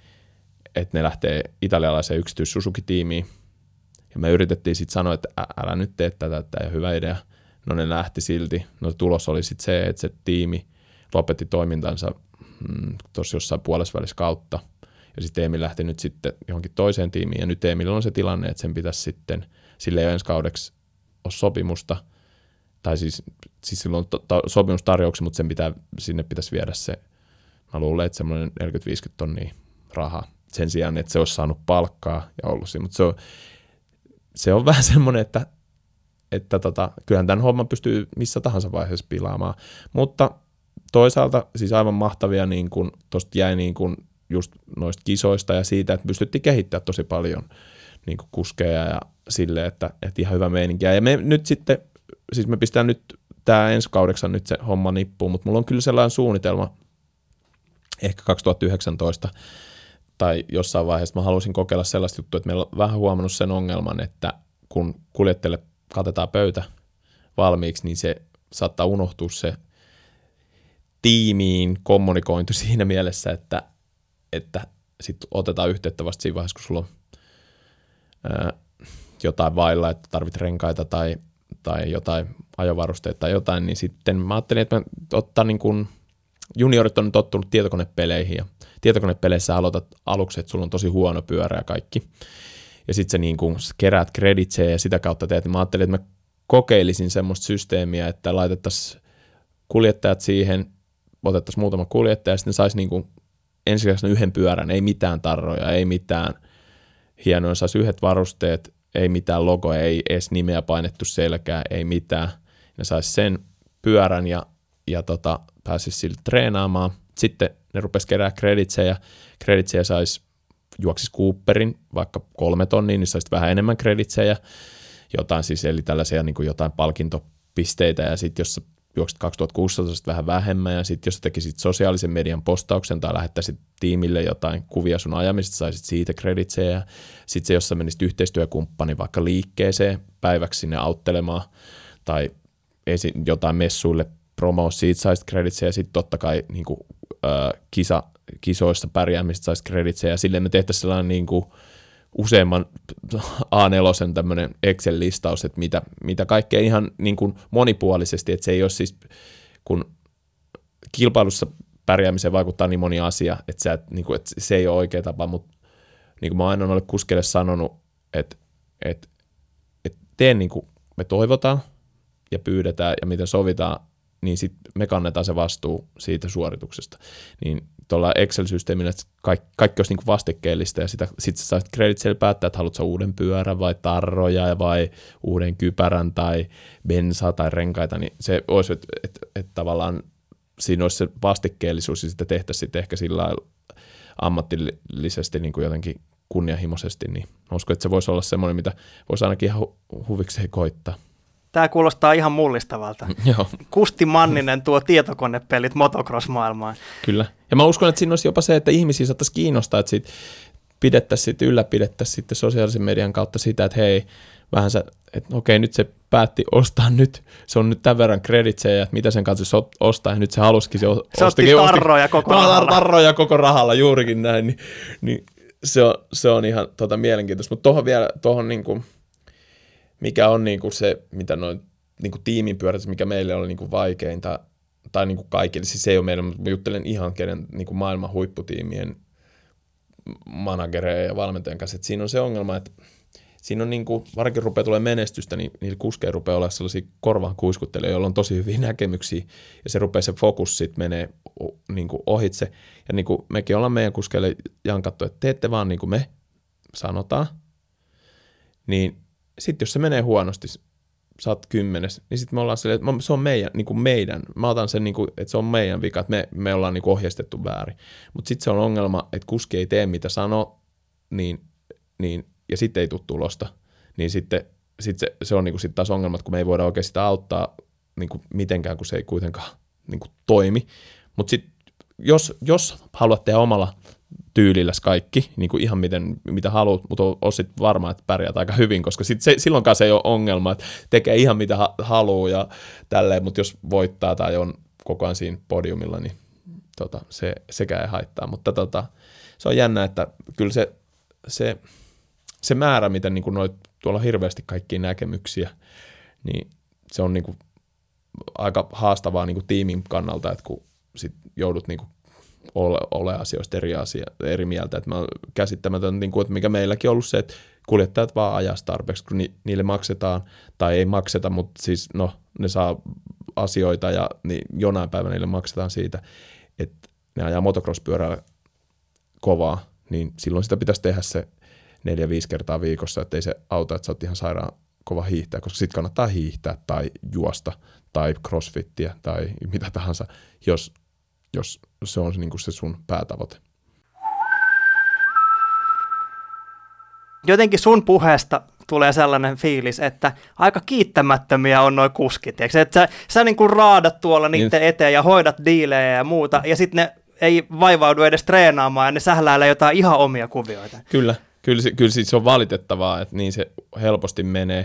että ne lähtee italialaiseen yksityis Suzuki-tiimiin. Ja me yritettiin sitten sanoa, että älä nyt tee tätä, että ei ole hyvä idea. No ne lähti silti. No tulos oli sitten se, että se tiimi lopetti toimintansa mm, tuossa jossain puolesvälissä kautta. Ja sitten Emil lähti nyt sitten johonkin toiseen tiimiin. Ja nyt Emilillä on se tilanne, että sen pitäisi sitten, sille ei ole ensi kaudeksi ole sopimusta. Tai siis, siis silloin on to- sopimustarjouksia, mutta sen pitää, sinne pitäisi viedä se, mä luulen, että semmoinen neljäkymmentä viisikymmentä tonnia rahaa. Sen sijaan, että se olisi saanut palkkaa ja ollut siinä. Mutta se on, se on vähän semmoinen, että, että tota, kyllähän tämän homman pystyy missä tahansa vaiheessa pilaamaan. Mutta toisaalta siis aivan mahtavia, niin kun tuosta jäi niin kun just noista kisoista ja siitä, että pystyttiin kehittämään tosi paljon niin kun kuskeja ja silleen, että, että ihan hyvä meininki. Ja me nyt sitten, siis me pistään nyt tämä ensi kaudeksi nyt se homma nippuun, mutta mulla on kyllä sellainen suunnitelma, ehkä kaksituhattayhdeksäntoista tai jossain vaiheessa mä haluaisin kokeilla sellaista juttua, että meillä on vähän huomannut sen ongelman, että kun kuljettajille katetaan pöytä valmiiksi, niin se saattaa unohtua se tiimiin kommunikointi siinä mielessä, että, että sitten otetaan yhteyttä vasta siinä vaiheessa, kun sulla on ää, jotain vailla, että tarvit renkaita tai, tai jotain ajovarusteita tai jotain, niin sitten mä ajattelin, että mä ottaa niin kuin juniorit on tottunut tietokonepeleihin ja tietokonepeleissä aloitat aluksi, että sulla on tosi huono pyörä ja kaikki. Ja sitten sä niin kuin keräät kreditsejä ja sitä kautta teet. Mä ajattelin, että mä kokeilisin semmoista systeemiä, että laitettaisiin kuljettajat siihen, otettaisiin muutama kuljettaja ja sitten saisi niin kuin ensimmäisenä yhden pyörän, ei mitään tarroja, ei mitään hienoja, saisi yhdet varusteet, ei mitään logoja, ei edes nimeä painettu selkää, ei mitään. Ne saisi sen pyörän ja, ja tota, pääsisi sillä treenaamaan. Sitten ne rupesi kerää kreditsejä. Kreditsejä saisi juoksis Cooperin, vaikka kolme tonnia, niin saisi vähän enemmän kreditsejä. Jotain siis, eli tällaisia niin kuin jotain palkintopisteitä. Ja sitten jos juoksit kaksituhattakuusisataa vähän vähemmän, ja sitten jos tekisit sosiaalisen median postauksen tai lähettäisit tiimille jotain kuvia sun ajamisesta, saisit siitä kreditsejä. Sitten se, jos sä menisit yhteistyökumppani vaikka liikkeeseen päiväksi sinne auttelemaan, tai esi- jotain messuille promoa, siitä saisit kreditsejä, ja sitten totta kai niin kuin, äh, kisa, kisoissa pärjäämistä saisit kreditsejä, ja silleen me tehtäisiin sellainen niin kuin useamman A neljä tämmöinen Excel-listaus, että mitä, mitä kaikkea ihan niin kuin monipuolisesti, että se ei ole siis, kun kilpailussa pärjäämiseen vaikuttaa niin moni asia, että, sä, niin kuin, että se ei ole oikea tapa, mutta niin kuin mä aina olen kuskeille sanonut, että, että, että tee niin kuin me toivotaan ja pyydetään ja miten sovitaan, niin sitten me kannetaan se vastuu siitä suorituksesta. Niin tuolla Excel-systeemillä, että kaikki, kaikki olisi niinku vastikkeellista ja sitten sä saisit kreditsellä päättää, että haluatko uuden pyörän vai tarroja vai uuden kypärän tai bensaa tai renkaita, niin se olisi, että et, et tavallaan siinä olisi se vastikkeellisuus ja sitä tehtäisiin sitten ehkä sillä lailla ammatillisesti niin kuin jotenkin kunnianhimoisesti, niin uskon, että se voisi olla semmoinen, mitä voisi ainakin ihan hu- huvikseen koittaa. Tämä kuulostaa ihan mullistavalta. Joo. Kusti Manninen tuo tietokonepelit motocross-maailmaan. Kyllä. Ja mä uskon, että siinä olisi jopa se, että ihmisiä saattaisi kiinnostaa, että siitä, pidettäisiin sitten, ylläpidettäisiin sitten sosiaalisen median kautta sitä, että hei, vähän sä, että okei, nyt se päätti ostaa nyt, se on nyt tämän verran kreditsejä, että mitä sen kanssa se ostaa, ja nyt se halusikin, se, se osti tarroja koko rahalla. Tarroja koko rahalla, juurikin näin, niin, niin se, on, se on ihan tota, mielenkiintoista. Mutta tuohon vielä, tuohon niinku, mikä on niinku se, mitä noin niinku tiimin pyörätys, mikä meille oli niinku vaikeinta, tai niinku kaikille, siis se ei ole meille, mutta juttelen ihan kenen niinku maailman huipputiimien managereja ja valmentajan kanssa, että siinä on se ongelma, että siinä on niin kuin, varsinkin rupeaa tulee menestystä, niin niillä kuskeilla rupeaa olla sellaisia korvaan kuiskuttelijoita, joilla on tosi hyviä näkemyksiä, ja se rupeaa se fokus sitten menee niin kuin ohitse. Ja niin kuin mekin ollaan meidän kuskeille jankattu, että teette vaan niin kuin me sanotaan, niin sitten jos se menee huonosti, sä oot kymmenes, niin sitten me ollaan silleen, että se on meidän, niin kuin meidän, mä otan sen, niin kuin, että se on meidän vika, että me, me ollaan niin kuin ohjeistettu väärin. Mutta sitten se on ongelma, että kuski ei tee mitä sanoo, niin, niin ja sitten ei tule tulosta, niin sitten sit se, se on niinku sit taas ongelma, että kun me ei voida oikein sitä auttaa niinku mitenkään, kun se ei kuitenkaan niinku toimi. Mutta sitten jos, jos haluat tehdä omalla tyylilläs kaikki, niinku ihan miten, mitä haluat, mutta on sitten varma, että pärjäät aika hyvin, koska sit se, silloinkaan se ei ole ongelma, että tekee ihan mitä ha- haluaa ja tälleen, mutta jos voittaa tai on koko ajan siinä podiumilla, niin tota, se, sekään ei haittaa. Mutta tota, se on jännä, että kyllä se... se Se määrä, miten niin noit, tuolla on hirveästi kaikkia näkemyksiä, niin se on niin kuin aika haastavaa niin kuin tiimin kannalta, että kun sit joudut niin kuin ole, ole asioista eri, asia, eri mieltä. Että mä oon käsittämätön, niin kuin, että mikä meilläkin on ollut se, että kuljettajat vaan ajaa tarpeeksi, kun ni, niille maksetaan, tai ei makseta, mutta siis no, ne saa asioita ja niin jonain päivänä niille maksetaan siitä, että ne ajaa motocross-pyörällä kovaa, niin silloin sitä pitäisi tehdä se neljä, viisi kertaa viikossa, ettei se auta, että sä oot ihan sairaan kova hiihtää, koska sit kannattaa hiihtää tai juosta tai crossfittiä tai mitä tahansa, jos, jos se on niin kuin se sun päätavoite. Jotenkin sun puheesta tulee sellainen fiilis, että aika kiittämättömiä on noi kuskit. Eikö? Että sä, sä niin kuin raadat tuolla niiden niin eteen ja hoidat diilejä ja muuta, ja sitten ne ei vaivaudu edes treenaamaan ja ne sähläilee jotain ihan omia kuvioita. Kyllä. Kyllä, kyllä se on valitettavaa, että niin se helposti menee,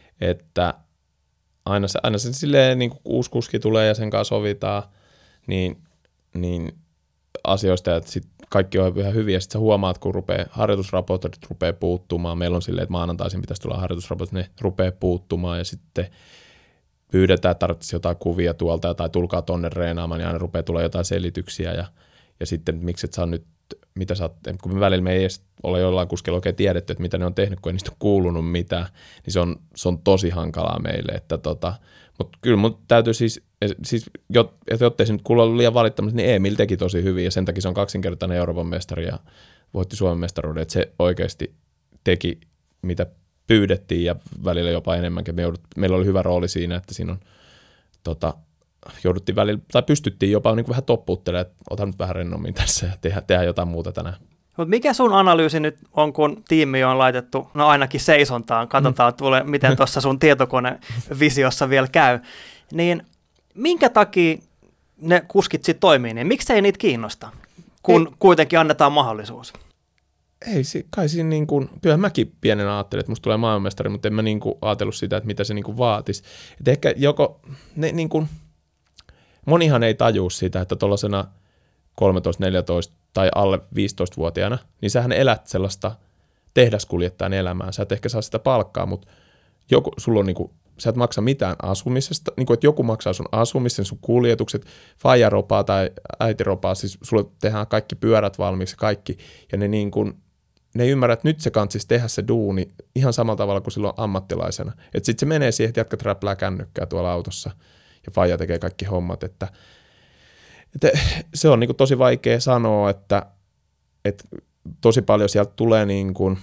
että aina se, aina se silleen, niin kuin uusi kuski tulee ja sen kanssa sovitaan, niin, niin asioista, että sit kaikki on ihan hyviä. Sitten sä huomaat, kun rupeaa, harjoitusraportit rupeaa puuttumaan. Meillä on silleen, että maanantaisin pitäisi tulla harjoitusraportit, ne rupeaa puuttumaan ja sitten pyydetään, että tarvitsisi jotain kuvia tuolta tai tulkaa tonne reenaamaan, niin aina rupeaa tulla jotain selityksiä ja, ja sitten miksi et saa nyt mitä sä oot, kun me välillä me ei edes ole jollain kuskella oikein tiedetty, että mitä ne on tehnyt, kun ei niistä ole kuulunut mitään, niin se on, se on tosi hankalaa meille. Että tota, mutta kyllä mun täytyy siis, siis että jottei se nyt kuulla liian valittamassa, niin Emil teki tosi hyvin ja sen takia se on kaksinkertainen Euroopan mestari ja voitti Suomen mestaruuden, että se oikeasti teki mitä pyydettiin ja välillä jopa enemmänkin. Me joudut, meillä oli hyvä rooli siinä, että siinä on tota, jouduttiin välillä, tai pystyttiin jopa niin kuin vähän toppuuttelemaan, että ota nyt vähän rennommin tässä ja tehdä, tehdä jotain muuta tänään. Mutta mikä sun analyysi nyt on, kun tiimi on laitettu, no ainakin seisontaan, katsotaan, mm. tule, miten tuossa sun tietokonevisiossa vielä käy, niin minkä takia ne kuskit sitten toimii, niin miksei niitä kiinnosta, kun ei, kuitenkin annetaan mahdollisuus? Ei, kai siinä niin kuin, kyllähän mäkin pienenä ajattelin, että musta tulee maailmanmestari, mutta en mä niin kuin ajatellut sitä, että mitä se niin kuin vaatisi. Et ehkä joko, ne niin kuin, monihan ei tajua sitä, että tuollaisena kolmetoista, neljätoista tai alle viisitoistavuotiaana, niin sähän elät sellaista tehdaskuljettajan elämää. Sä et ehkä saa sitä palkkaa, mutta joku, sulla on niinku, sä et maksa mitään asumisesta, niin kuin, että joku maksaa sun asumisen, sun kuljetukset, faijaropaa tai äitiropaa, siis sulle tehdään kaikki pyörät valmiiksi, kaikki, ja ne, niin kuin, ne ymmärrät, että nyt se kantsisi tehdä se duuni ihan samalla tavalla kuin silloin ammattilaisena. Että sitten se menee siihen, että jatkat räplää kännykkää tuolla autossa, ja faija tekee kaikki hommat, että, että se on niin kuin tosi vaikea sanoa, että, että tosi paljon sieltä tulee niin kuin,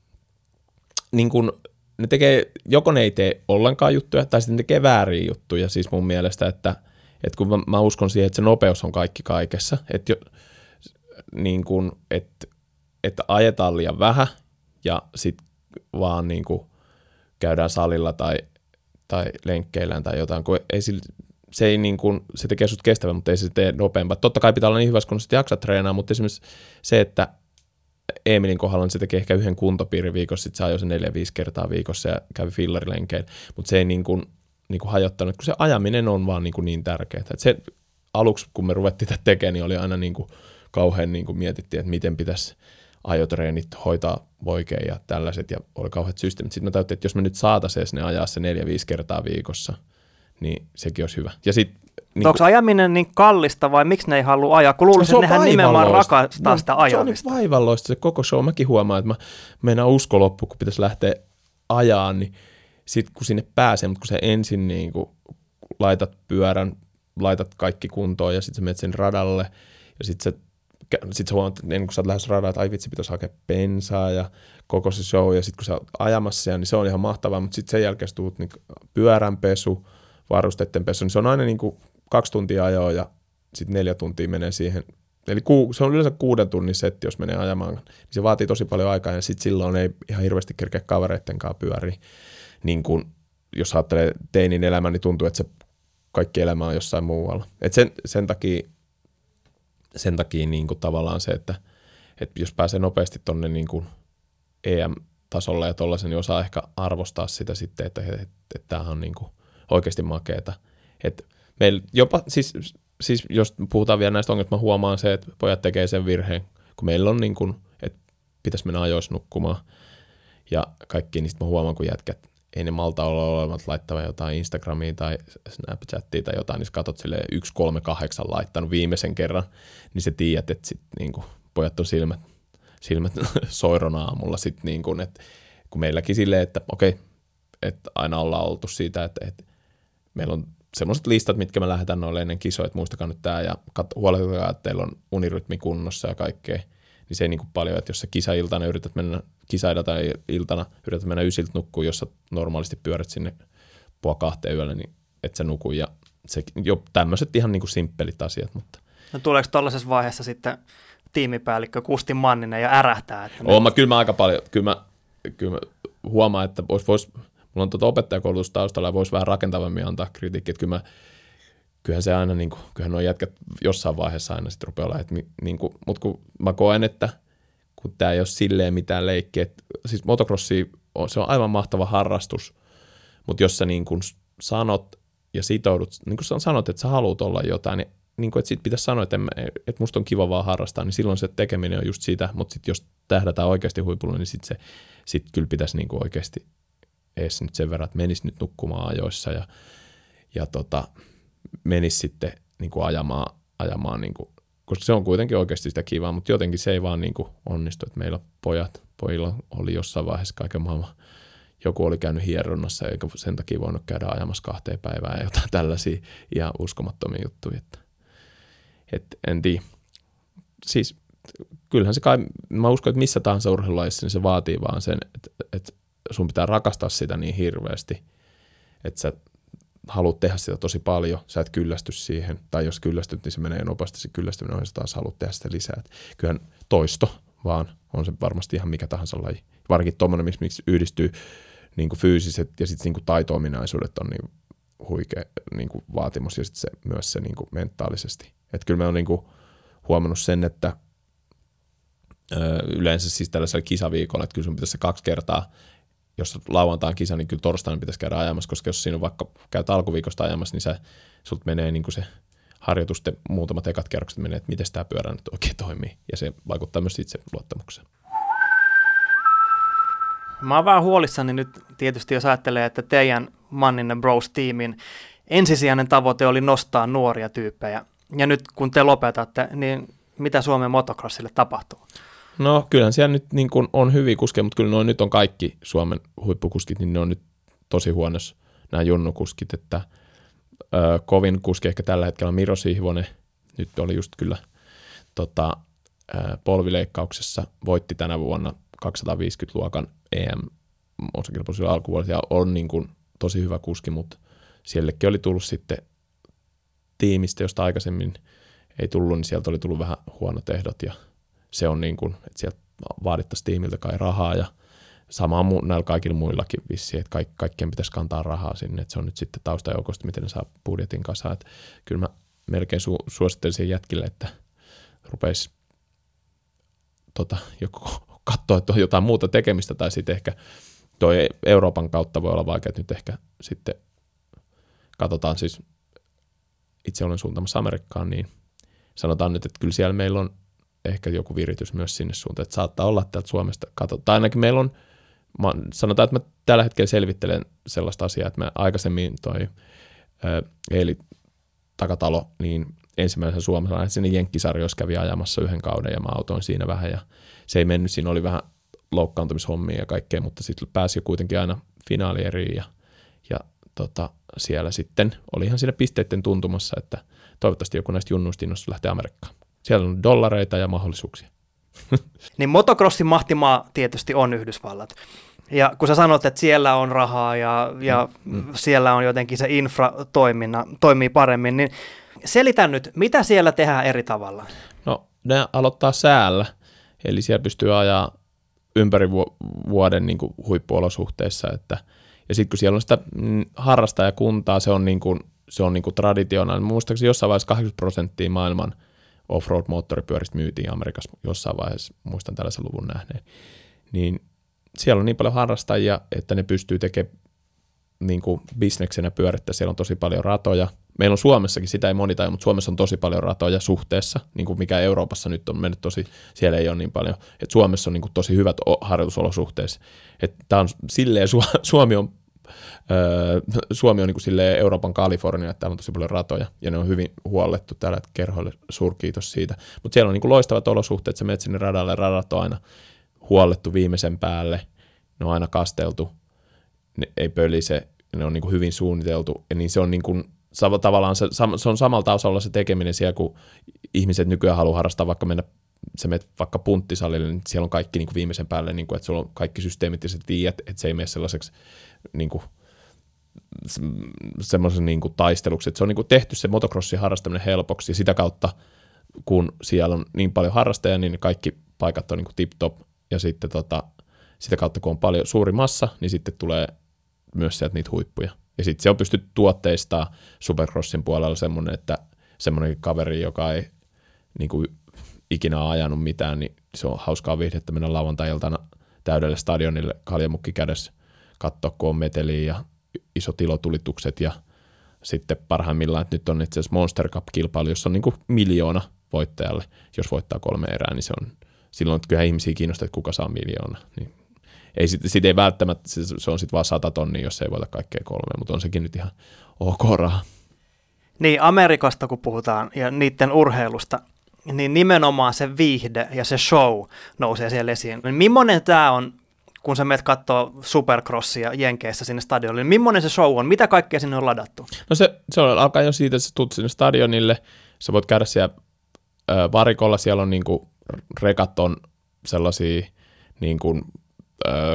niin kuin ne tekee, joko ne ei tee ollenkaan juttuja, tai sitten ne tekee vääriä juttuja, siis mun mielestä, että, että kun mä, mä uskon siihen, että se nopeus on kaikki kaikessa, että, jo, niin kuin, että, että ajetaan liian vähän, ja sitten vaan niin kuin käydään salilla tai, tai lenkkeillään tai jotain, kun ei sillä, se, ei niin kuin, se tekee sut kestävän, mutta ei se tee nopeampaa. Totta kai pitää olla niin hyvässä, kun sä jaksat treenaa, mutta esimerkiksi se, että Eemilin kohdalla se teki ehkä yhden kuntopiirin viikossa, sitten se ajoi se neljä viisi kertaa viikossa ja kävi fillarilenkeillä, mutta se ei niin kuin, niin kuin hajottanut, kun se ajaminen on vaan niin, kuin niin tärkeää. Et se aluksi, kun me ruvettiin tätä tekemään, niin oli aina niin kuin kauhean niin kuin mietittiin, että miten pitäisi ajotreenit hoitaa oikein ja tällaiset, ja oli kauheat systeemit. Sitten me täytyy, että jos me nyt saataisiin ne ajaa se neljä viisi kertaa viikossa, niin sekin olisi hyvä. Ja sit, niin onko kun, ajaminen niin kallista vai miksi ne ei halua ajaa? Kun luulisin, että nehän nimenomaan rakastaa no, sitä ajamista. Se on vaivalloista se koko show. Mäkin huomaan, että mä meinaan usko loppu, kun pitäisi lähteä ajaa, niin sitten kun sinne pääsee, mutta kun sä ensin niin kun laitat pyörän, laitat kaikki kuntoon ja sitten sä menet sen radalle ja sitten sä Sitten sä huomaat, että ennen kuin sä oot lähes radalla, että ai vitsi, pitäisi hakea bensaa ja koko se show. Ja sitten kun sä oot ajamassa siellä, niin se on ihan mahtavaa. Mutta sitten sen jälkeen tuut niin pyöränpesu, varusteiden pesu, niin se on aina niin kuin kaksi tuntia ajoa ja sitten neljä tuntia menee siihen. Eli ku, se on yleensä kuuden tunnin setti, jos menee ajamaan. Niin se vaatii tosi paljon aikaa ja sitten silloin ei ihan hirveästi kerkeä kavereitten kanssa pyöriä. Niin kun, jos ajattelee teinin elämää, niin tuntuu, että se kaikki elämä on jossain muualla. Et sen, sen takia... Sen takia niin kuin tavallaan se, että, että jos pääsee nopeasti tuonne niin kuin E M-tasolle ja tollaisen, niin osaa ehkä arvostaa sitä sitten, että, että, että, että tämähän on niin kuin oikeasti makeeta. Että meillä jopa, siis, siis jos puhutaan vielä näistä ongelmista, mä huomaan se, että pojat tekee sen virheen, kun meillä on niin kuin, että pitäisi mennä ajoissa nukkumaan ja kaikki, niin sitten mä huomaan, kun jätkät ei ne malta olla olevat laittava jotain Instagramiin tai Snapchattiin tai jotain, niin sä katsot silleen yksi kolme kahdeksan laittanut viimeisen kerran, niin sä tiedät, että sit niinku pojat on silmät, silmät soirona aamulla sit niinku, että kun meilläkin silleen, että okei, että aina ollaan oltu siitä, että, että meillä on semmoiset listat, mitkä me lähdetään noille ennen kisoja, että muistakaa nyt tää ja kat- huolehtikaa, että teillä on unirytmi kunnossa ja kaikkea. Niin se ei niin kuin paljon, että jos sä kisailtana yrität mennä, kisailta iltana yrität mennä ysiltä nukkuun, jos sä normaalisti pyörät sinne puoli kahteen yölle, niin et sä nuku. Ja se, jo tämmöiset ihan niin kuin simppelit asiat. Mutta. No tuleeko tuollaisessa vaiheessa sitten tiimipäällikkö Kusti Manninen ja ärähtää? Että Oon mä, kyllä mä aika paljon, kyllä mä, kyllä mä huomaan, että vois, vois, mulla on tuota opettajakoulutusta taustalla ja voisi vähän rakentavammin antaa kritiikkiä, että kyllä mä, kyllähän se aina, niin kuin, kyllähän nuo jätkät jossain vaiheessa aina sitten rupeaa olla, että niin kuin, mutta kun mä koen, että kun tämä ei ole silleen mitään leikkiä, että siis motocrossi on, se on aivan mahtava harrastus, mutta jos sä niin kuin sanot ja sitoudut, niin kuin sanot, että sä haluat olla jotain, niin, niin kuin, että sit pitäisi sanoa, että, en, että musta on kiva vaan harrastaa, niin silloin se tekeminen on just sitä, mutta sitten jos tähdätään oikeasti huipulle, niin sitten se sit kyllä pitäisi niin kuin oikeasti edes nyt sen verran, että menisi nyt nukkumaan ajoissa ja, ja tota, menisi sitten niin kuin ajamaan, ajamaan niin kuin, koska se on kuitenkin oikeasti sitä kivaa, mutta jotenkin se ei vaan niin kuin onnistu, että meillä pojat, pojilla oli jossain vaiheessa kaiken maailman, joku oli käynyt hieronnassa eikä sen takia voinut käydä ajamassa kahteen päivään ja jotain tällaisia ihan uskomattomia juttuja, että, että en tiedä. Siis kyllähän se kai, mä uskon, että missä tahansa urheilulajissa, niin se vaatii vaan sen, että, että sun pitää rakastaa sitä niin hirveästi, että sä haluat tehdä sitä tosi paljon, sä et kyllästy siihen, tai jos kyllästyt, niin se menee nopeasti se kyllästyminen, on sä taas haluat tehdä sitä lisää. Et kyllähän toisto vaan on se varmasti ihan mikä tahansa laji. Varsinkin tuommoinen, miksi, miksi yhdistyy niin kuin fyysiset ja sitten niin taito-ominaisuudet on niin huikea niin kuin vaatimus ja sitten se, myös se niin kuin mentaalisesti. Että kyllä mä oon niin kuin huomannut sen, että ö, yleensä siis tällaisella kisaviikolla, että kyllä sun pitäisi se kaksi kertaa, jos lauantain kisa, niin kyllä torstaina pitäisi käydä ajamassa, koska jos siinä on vaikka käyt alkuviikosta ajamassa, niin se, sulta menee niin kuin se harjoitusten muutamat ekat kerrokset menee, että miten tämä pyörä nyt oikein toimii. Ja se vaikuttaa myös itse luottamukseen. Mä oon vähän huolissani nyt tietysti, jos ajattelee, että teidän Manninen Bros-tiimin ensisijainen tavoite oli nostaa nuoria tyyppejä. Ja nyt kun te lopetatte, niin mitä Suomen motocrossille tapahtuu? No kyllähän siellä nyt niin kuin on hyviä kuskeja, mutta kyllä nuo nyt on kaikki Suomen huippukuskit, niin ne on nyt tosi huonossa nämä junnukuskit, että ö, kovin kuski ehkä tällä hetkellä on Miro Sihvonen, nyt oli just kyllä tota, ö, polvileikkauksessa, voitti tänä vuonna kaksisataaviisikymmentä luokan E M-osakilpailussa alkuvuodessa ja on niin kuin tosi hyvä kuski, mutta siellekin oli tullut sitten tiimistä, josta aikaisemmin ei tullut, niin sieltä oli tullut vähän huonot ehdot ja se on niin kuin, että sieltä vaadittaisiin tiimiltä kai rahaa ja samaa mu- näillä kaikilla muillakin vissiin, että kaik- kaikkien pitäisi kantaa rahaa sinne, että se on nyt sitten taustajoukosta, miten ne saa budjetin kasaan, että kyllä mä melkein su- suosittelisin jätkille, että rupeisi tota, joko katsoa, että on jotain muuta tekemistä, tai sitten ehkä toi Euroopan kautta voi olla vaikea, että nyt ehkä sitten katsotaan siis, itse olen suuntaamassa Amerikkaan, niin sanotaan nyt, että kyllä siellä meillä on ehkä joku viritys myös sinne suuntaan, että saattaa olla täältä Suomesta katsotaan. Ainakin meillä on, mä, sanotaan, että mä tällä hetkellä selvittelen sellaista asiaa, että mä aikaisemmin toi ää, Eeli Takatalo, niin ensimmäisen suomalaisen sinne Jenkkisarjoissa kävi ajamassa yhden kauden ja mä autoin siinä vähän ja se ei mennyt, siinä oli vähän loukkaantumishommia ja kaikkea, mutta sitten pääsi jo kuitenkin aina finaalieriin ja, ja tota, siellä sitten oli ihan siinä pisteiden tuntumassa, että toivottavasti joku näistä junnuista innostuu lähteä Amerikkaan. Siellä on dollareita ja mahdollisuuksia. Niin motocrossin mahtimaa tietysti on Yhdysvallat. Ja kun sä sanot, että siellä on rahaa ja, ja mm. siellä on jotenkin se infra toiminna, toimii paremmin, niin selitä nyt, mitä siellä tehdään eri tavalla? No ne aloittaa säällä, eli siellä pystyy ajaa ympäri vuoden niin kuin huippuolosuhteissa, että, ja sitten kun siellä on sitä mm, harrastajakuntaa, se on, niin kuin, se on niin kuin traditionaalinen. Muistaakseni jossain vaiheessa kahdeksankymmentä prosenttia maailman offroad-moottoripyöristä myytiin Amerikassa jossain vaiheessa, muistan tällaisen luvun nähneen, niin siellä on niin paljon harrastajia, että ne pystyy tekemään niin kuin bisneksenä pyörittää. Siellä on tosi paljon ratoja. Meillä on Suomessakin, sitä ei moni tajua, mutta Suomessa on tosi paljon ratoja suhteessa, niin kuin mikä Euroopassa nyt on mennyt tosi, siellä ei ole niin paljon. Et Suomessa on niin kuin tosi hyvät harjoitusolosuhteet. Tämä on silleen, Suomi on, öö, Suomi on niin kuin silleen Euroopan Kalifornia, että täällä on tosi paljon ratoja, ja ne on hyvin huollettu täällä, että kerhoille suurkiitos siitä. Mutta siellä on niin kuin loistavat olosuhteet, sä menet sinne radalle, radat on aina huollettu viimeisen päälle, ne on aina kasteltu, ne ei pölise, ne on niin kuin hyvin suunniteltu, ja niin se on niin kuin, tavallaan se, se on samalla tasolla se tekeminen siellä, kun ihmiset nykyään haluaa harrastaa, vaikka mennä, se menet vaikka punttisalille, niin siellä on kaikki niin kuin viimeisen päälle, niin kuin, että sulla on kaikki systeemit, ja sä tiedät, että se ei mene sellaiseksi niin kuin, semmoisen niin kuin taisteluksi, että se on niin kuin tehty se motocrossin harrastaminen helpoksi, ja sitä kautta, kun siellä on niin paljon harrastajia, niin kaikki paikat on niin kuin tip-top, ja sitten tota, sitä kautta, kun on paljon suuri massa, niin sitten tulee myös sieltä niitä huippuja. Ja sitten se on pystytty tuotteistamaan Supercrossin puolella semmoinen, että semmoinen kaveri, joka ei niin kuin ikinä ajanut mitään, niin se on hauskaa viihdettä mennä lauantai-iltana täydelle stadionille kaljamukki kädessä, katsoa, kun on meteliä ja isot ilotulitukset. Ja sitten parhaimmillaan, että nyt on itse asiassa Monster Cup-kilpailu, jossa on niin kuin miljoona voittajalle. Jos voittaa kolme erää, niin se on silloin, että kyllähän ihmisiä kiinnostaa, että kuka saa miljoona. Niin ei sit, sit ei välttämättä, se on sitten vaan sata tonnia, jos ei voita kaikkea kolmea, mutta on sekin nyt ihan ok raha. Niin, Amerikasta kun puhutaan ja niiden urheilusta, niin nimenomaan se viihde ja se show nousee siellä esiin. Niin millainen tämä on, kun sä menet katsoo Supercrossia Jenkeissä sinne stadionille, niin millainen se show on? Mitä kaikkea sinne on ladattu? No se, se on, alkaa jo siitä, että sä tulet sinne stadionille, sä voit käydä siellä ö, varikolla, siellä on niinku, rekat on sellaisia niinku, ö,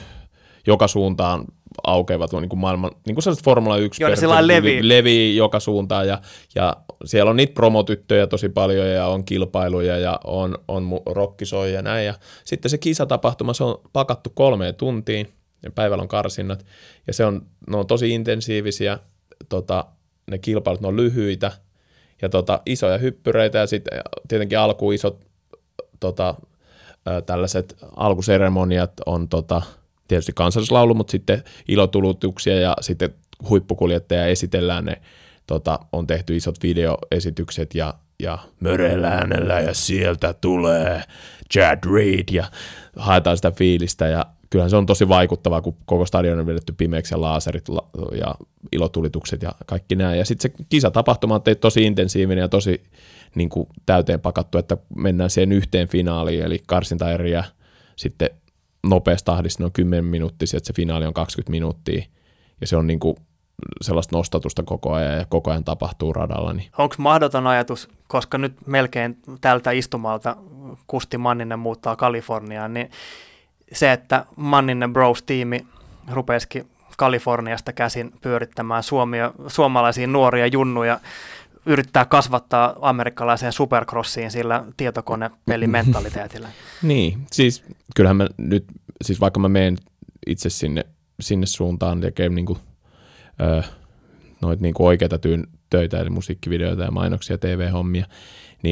joka suuntaan aukeavat niin kuin maailman, niin kuin sellaiset Formula yksi levi. levi joka suuntaan, ja, ja siellä on niitä promotyttöjä tosi paljon, ja on kilpailuja, ja on, on rockisoja ja näin, ja sitten se kisatapahtuma, se on pakattu kolmeen tuntiin, ja päivällä on karsinnat, ja se on, ne on tosi intensiivisiä, tota, ne kilpailut, ne on lyhyitä, ja tota, isoja hyppyreitä, ja sitten tietenkin alkuun isot tota, tällaiset alkuseremoniat on tota, tietysti kansallislaulu, mutta sitten ilotulutuksia ja sitten huippukuljettaja esitellään ne, tota, on tehty isot videoesitykset ja, ja mörelläänellä ja sieltä tulee Chad Reed ja haetaan sitä fiilistä ja kyllähän se on tosi vaikuttavaa, kun koko stadion on vedetty pimeäksi ja laaserit ja ilotulitukset ja kaikki nämä. Ja sitten se kisatapahtuma on tosi intensiivinen ja tosi niin kuin täyteen pakattu, että mennään siihen yhteen finaaliin, eli karsintaeriä sitten nopeassa tahdissa, ne on kymmenen minuuttisia, että se finaali on kaksikymmentä minuuttia, ja se on niin kuin sellaista nostatusta koko ajan, ja koko ajan tapahtuu radalla. Niin. Onko mahdoton ajatus, koska nyt melkein tältä istumalta Kusti Manninen muuttaa Kaliforniaan, niin se, että Manninen Bros-tiimi rupesikin Kaliforniasta käsin pyörittämään Suomia, suomalaisia nuoria junnuja, yrittää kasvattaa amerikkalaiseen supercrossiin sillä tietokonepelimentaliteetillä. Niin, siis kyllähän mä nyt, siis vaikka mä menen itse sinne, sinne suuntaan tekemään niinku, öö, noita niinku oikeita tyyn, töitä, eli musiikkivideoita ja mainoksia, T V-hommia, niin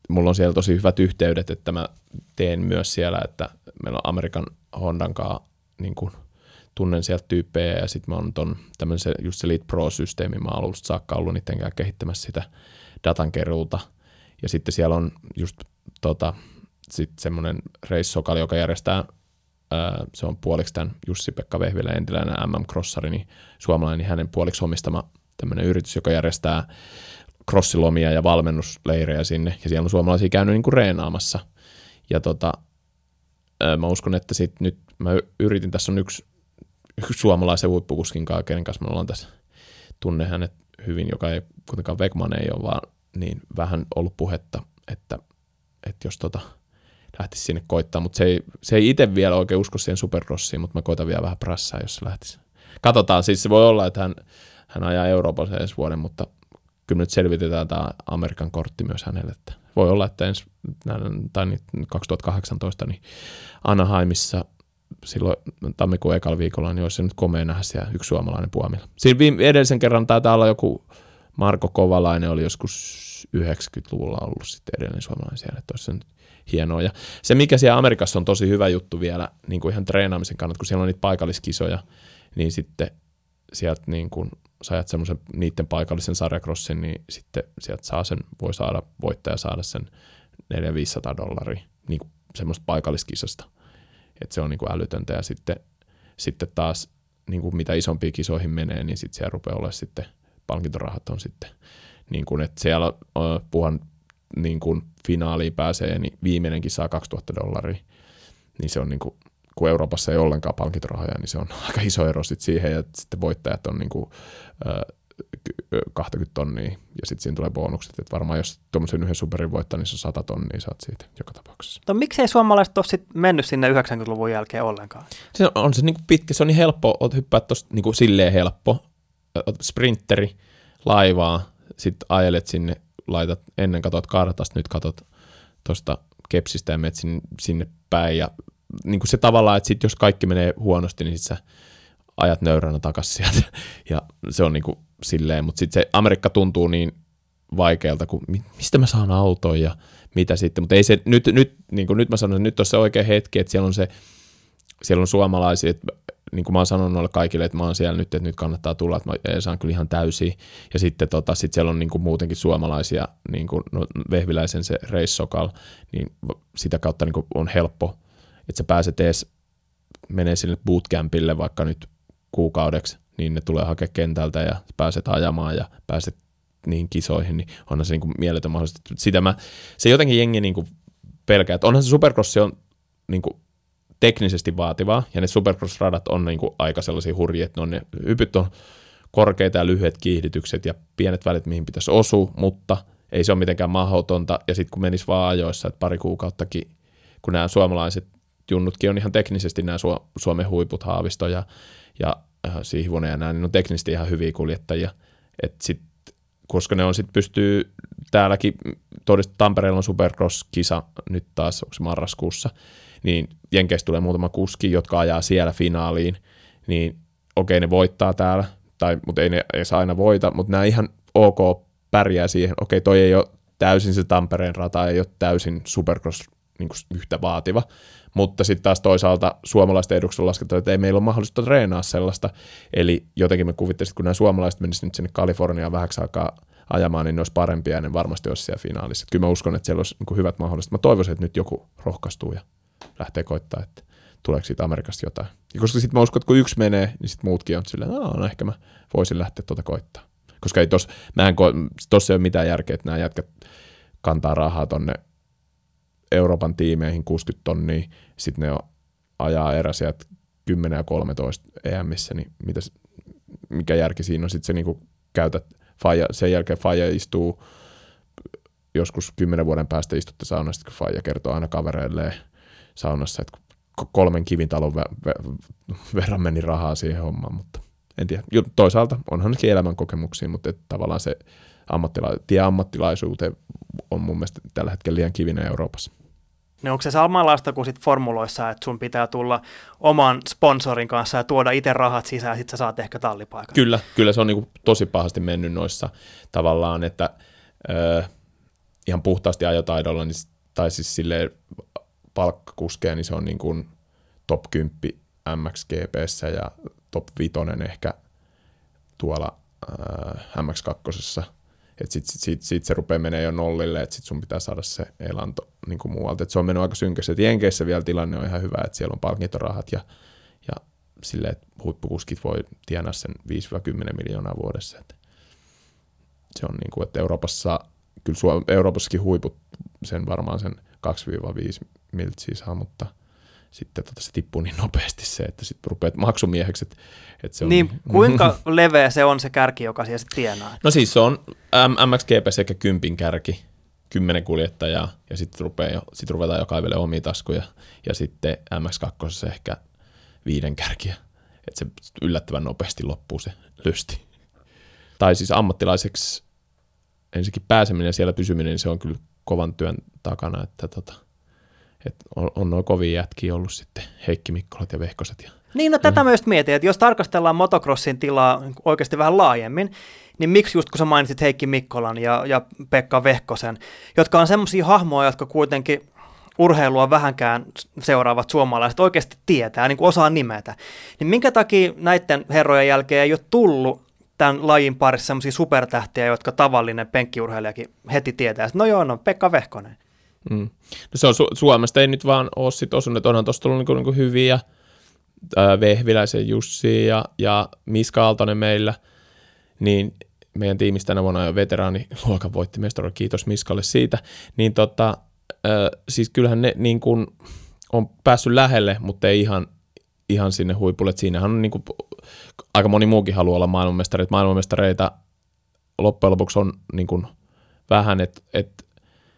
mulla on siellä tosi hyvät yhteydet, että mä teen myös siellä, että meillä on Amerikan Hondan kanssa niin kuin tunnen sieltä tyyppejä ja sitten mä oon ton tämmöisen just se Lead Pro-systeemi, mä oon alusta saakka ollut niittenkään kehittämässä sitä datankeruuta. Ja sitten siellä on just tota, sit semmoinen reissokali, joka järjestää, ää, se on puoliksi tämän Jussi-Pekka Vehviläinen, entiläinen M M-crossari, niin suomalainen, niin hänen puoliksi omistama tämmöinen yritys, joka järjestää crossilomia ja valmennusleirejä sinne, ja siellä on suomalaisia käynyt niin kuin reenaamassa. Ja tota, ää, mä uskon, että sit nyt mä yritin, tässä on yksi, yksi suomalaisen huippukuskin kanssa, kenen kanssa me ollaan tässä, tunne hänet hyvin, joka ei kuitenkaan Vegman ei ole, vaan niin vähän ollut puhetta, että, että jos tota lähtisi sinne koittaa, mutta se ei, se ei itse vielä oikein usko siihen supercrossiin, mutta mä koitan vielä vähän prassaa, jos se lähtisi. Katsotaan, siis se voi olla, että hän, hän ajaa Euroopassa ensi vuoden, mutta kyllä nyt selvitetään tämä Amerikan kortti myös hänelle, että voi olla, että ensi, tai kaksituhattakahdeksantoista niin Anaheimissa silloin tammikuun ekalla viikolla, niin olisi se nyt komea nähdä siellä yksi suomalainen puomilla. Siinä viime, edellisen kerran taitaa olla joku Marko Kovalainen oli joskus yhdeksänkymmentäluvulla ollut sitten edellinen suomalainen siellä, että olisi se nyt hienoa. Ja se, mikä siellä Amerikassa on tosi hyvä juttu vielä, niin kuin ihan treenaamisen kannalta, kun siellä on niitä paikalliskisoja, niin sitten sieltä niin kuin sä ajat semmoisen niiden paikallisen sarjakrossin, niin sitten sieltä saa sen, voi saada, voittaja saada sen neljäsataa viisisataa dollaria niin kuin semmoista paikalliskisasta. Että se on niin kuin älytöntä ja sitten, sitten taas niin kuin mitä isompiin kisoihin menee, niin sitten siellä rupeaa olemaan sitten palkintorahat on sitten, niin kuin, että siellä uh, puhan niin kuin finaaliin pääsee, niin viimeinenkin saa kaksituhatta dollaria, niin se on niin kuin, kun Euroopassa ei ollenkaan palkintorahoja, niin se on aika iso ero sitten siihen, ja sitten voittajat on niin kuin, uh, kaksikymmentä tonnia, ja sitten siinä tulee bonukset, että varmaan jos tuommoisen yhden superin voittaa, niin se on sata tonnia saat siitä joka tapauksessa. No miksei suomalaiset ole sitten mennyt sinne yhdeksänkymmentäluvun jälkeen ollenkaan? Se on se niin kuin pitkä, se on niin helppo, oot hyppää tuosta niin kuin silleen helppo, sprinteri, laivaa, sitten ajelet sinne, laitat, ennen katot kartasta, nyt katot tuosta kepsistä ja menet sinne, sinne päin, ja niin kuin se tavallaan, että sit jos kaikki menee huonosti, niin sit sä ajat nöyränä takaisin sieltä, ja se on niin kuin silleen, mutta sitten se Amerikka tuntuu niin vaikealta, kun mistä mä saan auton ja mitä sitten, mutta ei se, nyt, nyt, niin kuin nyt mä sanon, että nyt on se oikea hetki, että siellä on se, siellä on suomalaisia, että niin kuin mä oon sanonut noille kaikille, että mä oon siellä nyt, että nyt kannattaa tulla, että mä saan kyllä ihan täysiä, ja sitten tota, sit siellä on niin kuin muutenkin suomalaisia, niin kuin no, Vehviläisen se reissokal, niin sitä kautta niin kuin on helppo, että sä pääset edes menee sinne bootcampille vaikka nyt kuukaudeksi, niin ne tulee hakea kentältä ja pääset ajamaan ja pääset niihin kisoihin, niin onhan se niin kuin mieletön mahdollista. Sitä mä, se jotenkin jengi niin kuin pelkää, että onhan se supercrossi on niin kuin teknisesti vaativaa, ja ne supercross-radat on niin kuin aika sellaisia hurjia, että ne hypyt on korkeita ja lyhyet kiihdytykset ja pienet välit, mihin pitäisi osua, mutta ei se ole mitenkään mahdotonta, ja sitten kun menisi vaan ajoissa, että pari kuukauttakin, kun nämä suomalaiset junnutkin on ihan teknisesti nämä Suomen huiput, Haavisto ja, ja Sihvonen ja nämä, niin on teknisesti ihan hyviä kuljettajia, että sitten koska ne on sitten pystyy täälläkin, todella Tampereella on Supercross-kisa nyt taas, onko se marraskuussa, niin Jenkeistä tulee muutama kuski, jotka ajaa siellä finaaliin, niin okei ne voittaa täällä, tai, mutta ei ne edes aina voita, mutta nämä ihan ok pärjää siihen, okei toi ei ole täysin se Tampereen rata, ei ole täysin Supercross niin kuin yhtä vaativa, mutta sitten taas toisaalta suomalaisten eduksi on laskettu, että ei meillä ole mahdollista treenaa sellaista, eli jotenkin me kuvittelisin, että kun nämä suomalaiset menisivät nyt sinne Kaliforniaan vähäksi aikaa ajamaan, niin ne olisi parempia ja ne varmasti olisi siellä finaalissa. Että kyllä mä uskon, että siellä olisi niin kuin hyvät mahdollisuudet. Mä toivoisin, että nyt joku rohkaistuu ja lähtee koittaa, että tuleeko siitä Amerikasta jotain. Ja koska sitten mä uskon, että kun yksi menee, niin sitten muutkin on silleen, että no ehkä mä voisin lähteä tuota koittaa. Koska ei tos, mä en ko- tossa ei ole mitään järkeä, että nämä jätkät kantaa rahaa tonne Euroopan tiimeihin kuusikymmentä tonnia, sitten ne on, ajaa erä sieltä kymmenen ja kolmetoista E M:ssä, niin mitäs, mikä järki siinä on, sitten se niinku käytät, faija, sen jälkeen faija istuu, joskus kymmenen vuoden päästä istutte saunassa, kun faija kertoo aina kavereilleen saunassa, että kolmen kivintalon vä- vä- verran meni rahaa siihen hommaan, mutta en tiedä. Toisaalta onhan nekin elämän kokemuksia, mutta että tavallaan se ammattila- tie ammattilaisuuteen on mun mielestä tällä hetkellä liian kivinen Euroopassa. No onko se samanlaista kuin sit formuloissa, että sun pitää tulla oman sponsorin kanssa ja tuoda itse rahat sisään, ja sit sä saat ehkä tallipaikan? Kyllä, kyllä se on niinku tosi pahasti mennyt noissa tavallaan, että öö, ihan puhtaasti ajotaidolla, niin, tai siis silleen palkkakuskeja, niin se on niin kuin top kymmenen M X G P:ssä ja top viisi ehkä tuolla ää, M X kaksi. Että sitten sit, sit, sit se rupeaa menee jo nollille, että sitten sun pitää saada se elanto niin kuin muualta. Et se on mennyt aika synkässä. Et Jenkeissä vielä tilanne on ihan hyvä, että siellä on palkintorahat ja, ja silleen, että huippukuskit voi tienaa sen viisi kymmenen miljoonaa vuodessa. Et se on niin kuin, että Euroopassa, kyllä Suom- Euroopassakin huiput sen varmaan sen kaksi viisi miltsiä saa, mutta sitten tota se tippuu niin nopeasti se, että sitten rupeat maksumieheksi. Että, että se on niin, kuinka leveä se on se kärki, joka siellä sitten tienaa? No siis se on M X G P sekä kympin kärki, kymmenen kuljettajaa, ja sitten sit ruvetaan jo kaivelemaan omia taskuja, ja sitten M X kaksi ehkä viiden kärkiä. Että se yllättävän nopeasti loppuu se lysti. Tai siis ammattilaiseksi ensinnäkin pääseminen ja siellä pysyminen, niin se on kyllä kovan työn takana, että tota, et on, on noin kovia jätkiä ollut sitten Heikki Mikkolat ja Vehkoset. Ja niin, no tätä mä just mietin, että jos tarkastellaan motocrossin tilaa oikeasti vähän laajemmin, niin miksi just kun sä mainitsit Heikki Mikkolan ja, ja Pekka Vehkosen, jotka on semmoisia hahmoja, jotka kuitenkin urheilua vähänkään seuraavat suomalaiset oikeasti tietää, niin kuin osaa nimetä, niin minkä takia näiden herrojen jälkeen ei ole tullut tämän lajin parissa semmoisia supertähtiä, jotka tavallinen penkkiurheilijakin heti tietää, että no joo, no Pekka Vehkonen. Mm. No se on Su- Suomesta ei nyt vaan ole sit osunut, onhan tuossa tullut niinku, niinku hyviä, ää, Vehviläisen Jussi ja, ja Miska Aaltonen meillä, niin meidän tiimistä tänä vuonna jo veteraaniluokan voitti mestaruuden, kiitos Miskalle siitä, niin tota, ää, siis kyllähän ne niin kuin on päässyt lähelle, mutta ei ihan, ihan sinne huipulle, että siinähän on niin kuin, aika moni muukin haluaa olla maailmanmestareita, maailmanmestareita loppujen lopuksi on niin kuin vähän, että et,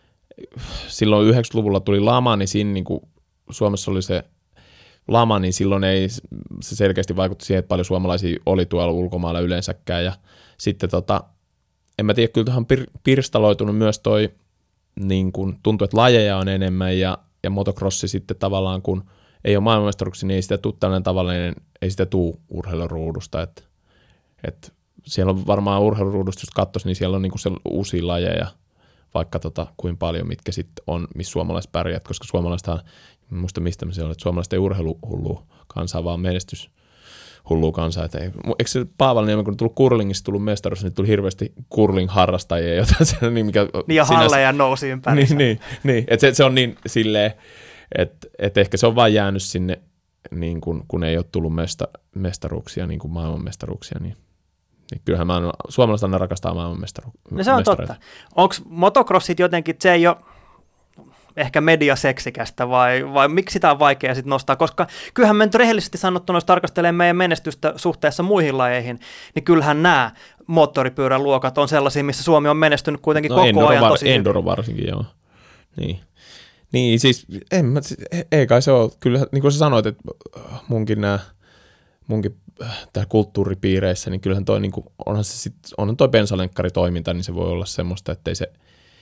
silloin yhdeksänkymmentäluvulla tuli lama, niin siinä niin kuin Suomessa oli se lama, niin silloin ei se selkeästi vaikutti siihen, että paljon suomalaisia oli tuolla ulkomailla yleensäkään. Ja sitten tota, en mä tiedä, kyllä tähän pir- pirstaloitunut myös toi, niin kun tuntuu, että lajeja on enemmän ja, ja motocrossi sitten tavallaan, kun ei ole maailmanmestaruuksia, niin ei sitä tule tällainen tavallinen, ei sitä tule urheiluruudusta. Että, että siellä on varmaan urheiluruudusta, jos katsoisi, niin siellä on niin kuin se uusia lajeja, vaikka tota, kuin paljon, mitkä sitten on, missä suomalaiset pärjät, koska suomalaistahan, en muista mistä me se on, että suomalaiset ei urheiluhullua kansaa, vaan menestyshullua kansaa. Että ei, eikö se Paavalniemi, kun tuli curlingista tullut mestaruus, niin tuli hirveästi curling-harrastajia, jotain se, niin mikä... Niin ja halleja nousi ympäri. Niin, niin, niin. että se, se on niin silleen, että et ehkä se on vaan jäänyt sinne, niin kun, kun ei ole tullut mesta, mestaruuksia, niin kuin maailmanmestaruuksia, niin... Niin kyllähän mä suomalaiset aina rakastaa maailmanmestaruuksia. No se on totta. Onko motocrossit jotenkin, se ei ole ehkä mediaseksikästä vai, vai miksi sitä on vaikea sit nostaa? Koska kyllähän me nyt rehellisesti sanottuna, jos tarkastelee meidän menestystä suhteessa muihin lajeihin, niin kyllähän nämä moottoripyörän luokat on sellaisia, missä Suomi on menestynyt kuitenkin no, koko enduro, ajan tosi enduro varsinkin, joo. Niin. Niin, siis en mä, ei kai se ole, kyllä niin kuin sä sanoit, että munkin nämä, munkin täällä kulttuuripiireissä, niin kyllähän toi, niin kuin, onhan se sit, onhan toi bensalenkkari-toiminta, niin se voi olla semmoista, ettei se,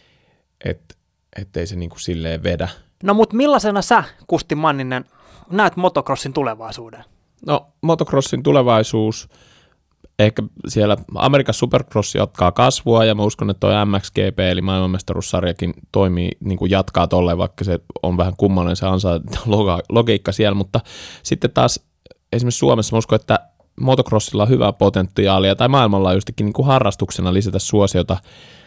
et, ettei se niin kuin silleen vedä. No mutta millaisena sä, Kusti Manninen, näet motocrossin tulevaisuuden? No motocrossin tulevaisuus, ehkä siellä Amerikassa Supercross jatkaa kasvua, ja mä uskon, että toi M X G P, eli maailmanmestaruussarjakin toimii, niin kuin jatkaa tolleen, vaikka se on vähän kummallinen se ansa logiikka siellä, mutta sitten taas esimerkiksi Suomessa mä uskon, että motocrossilla on hyvää potentiaalia tai maailmanlaajuisestikin niin kuin harrastuksena lisätä suosiota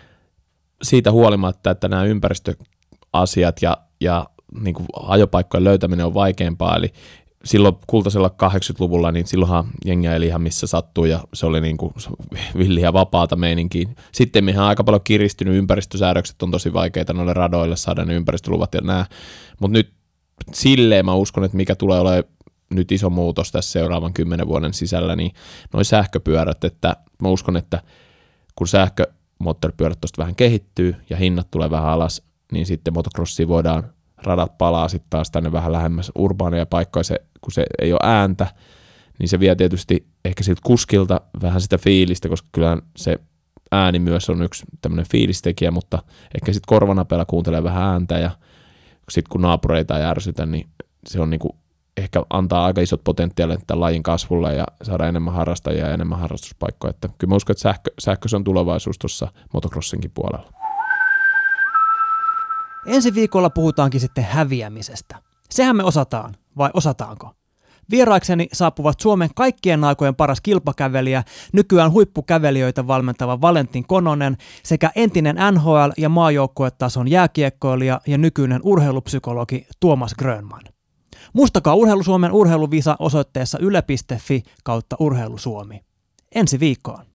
siitä huolimatta, että nämä ympäristöasiat ja, ja niin kuin ajopaikkojen löytäminen on vaikeampaa. Eli silloin kultaisella kahdeksankymmentäluvulla, niin silloinhan jengiä eli ihan missä sattuu ja se oli niin kuin villiä vapaata meininkiä. Sitten mehän on aika paljon kiristynyt, ympäristösäädökset on tosi vaikeita noille radoille saada ne ympäristöluvat ja nämä. Mutta nyt silleen mä uskon, että mikä tulee olemaan nyt iso muutos tässä seuraavan kymmenen vuoden sisällä, niin noi sähköpyörät, että mä uskon, että kun sähkömoottoripyörät tuosta vähän kehittyy ja hinnat tulee vähän alas, niin sitten motocrossiin voidaan, radat palaa sitten taas tänne vähän lähemmäs urbaaneja paikkoja, se, kun se ei ole ääntä, niin se vie tietysti ehkä siltä kuskilta vähän sitä fiilistä, koska kyllä se ääni myös on yksi tämmöinen fiilistekijä, mutta ehkä sitten korvanapeella kuuntelee vähän ääntä ja sitten kun naapureita ei ärsytä, niin se on niinku ehkä antaa aika isot potentiaalit tämän lajin kasvulle ja saada enemmän harrastajia ja enemmän harrastuspaikkoja. Että kyllä mä uskon, että sähkö, sähkö on tulevaisuus tuossa motocrossinkin puolella. Ensi viikolla puhutaankin sitten häviämisestä. Sehän me osataan, vai osataanko? Vieraikseni saapuvat Suomen kaikkien aikojen paras kilpakävelijä, nykyään huippukävelijöitä valmentava Valentin Kononen sekä entinen N H L- ja maajoukkuetason jääkiekkoilija ja nykyinen urheilupsykologi Tuomas Grönman. Muistakaa Urheilusuomen urheiluvisa osoitteessa yle piste fi kautta urheilusuomi. Ensi viikkoon.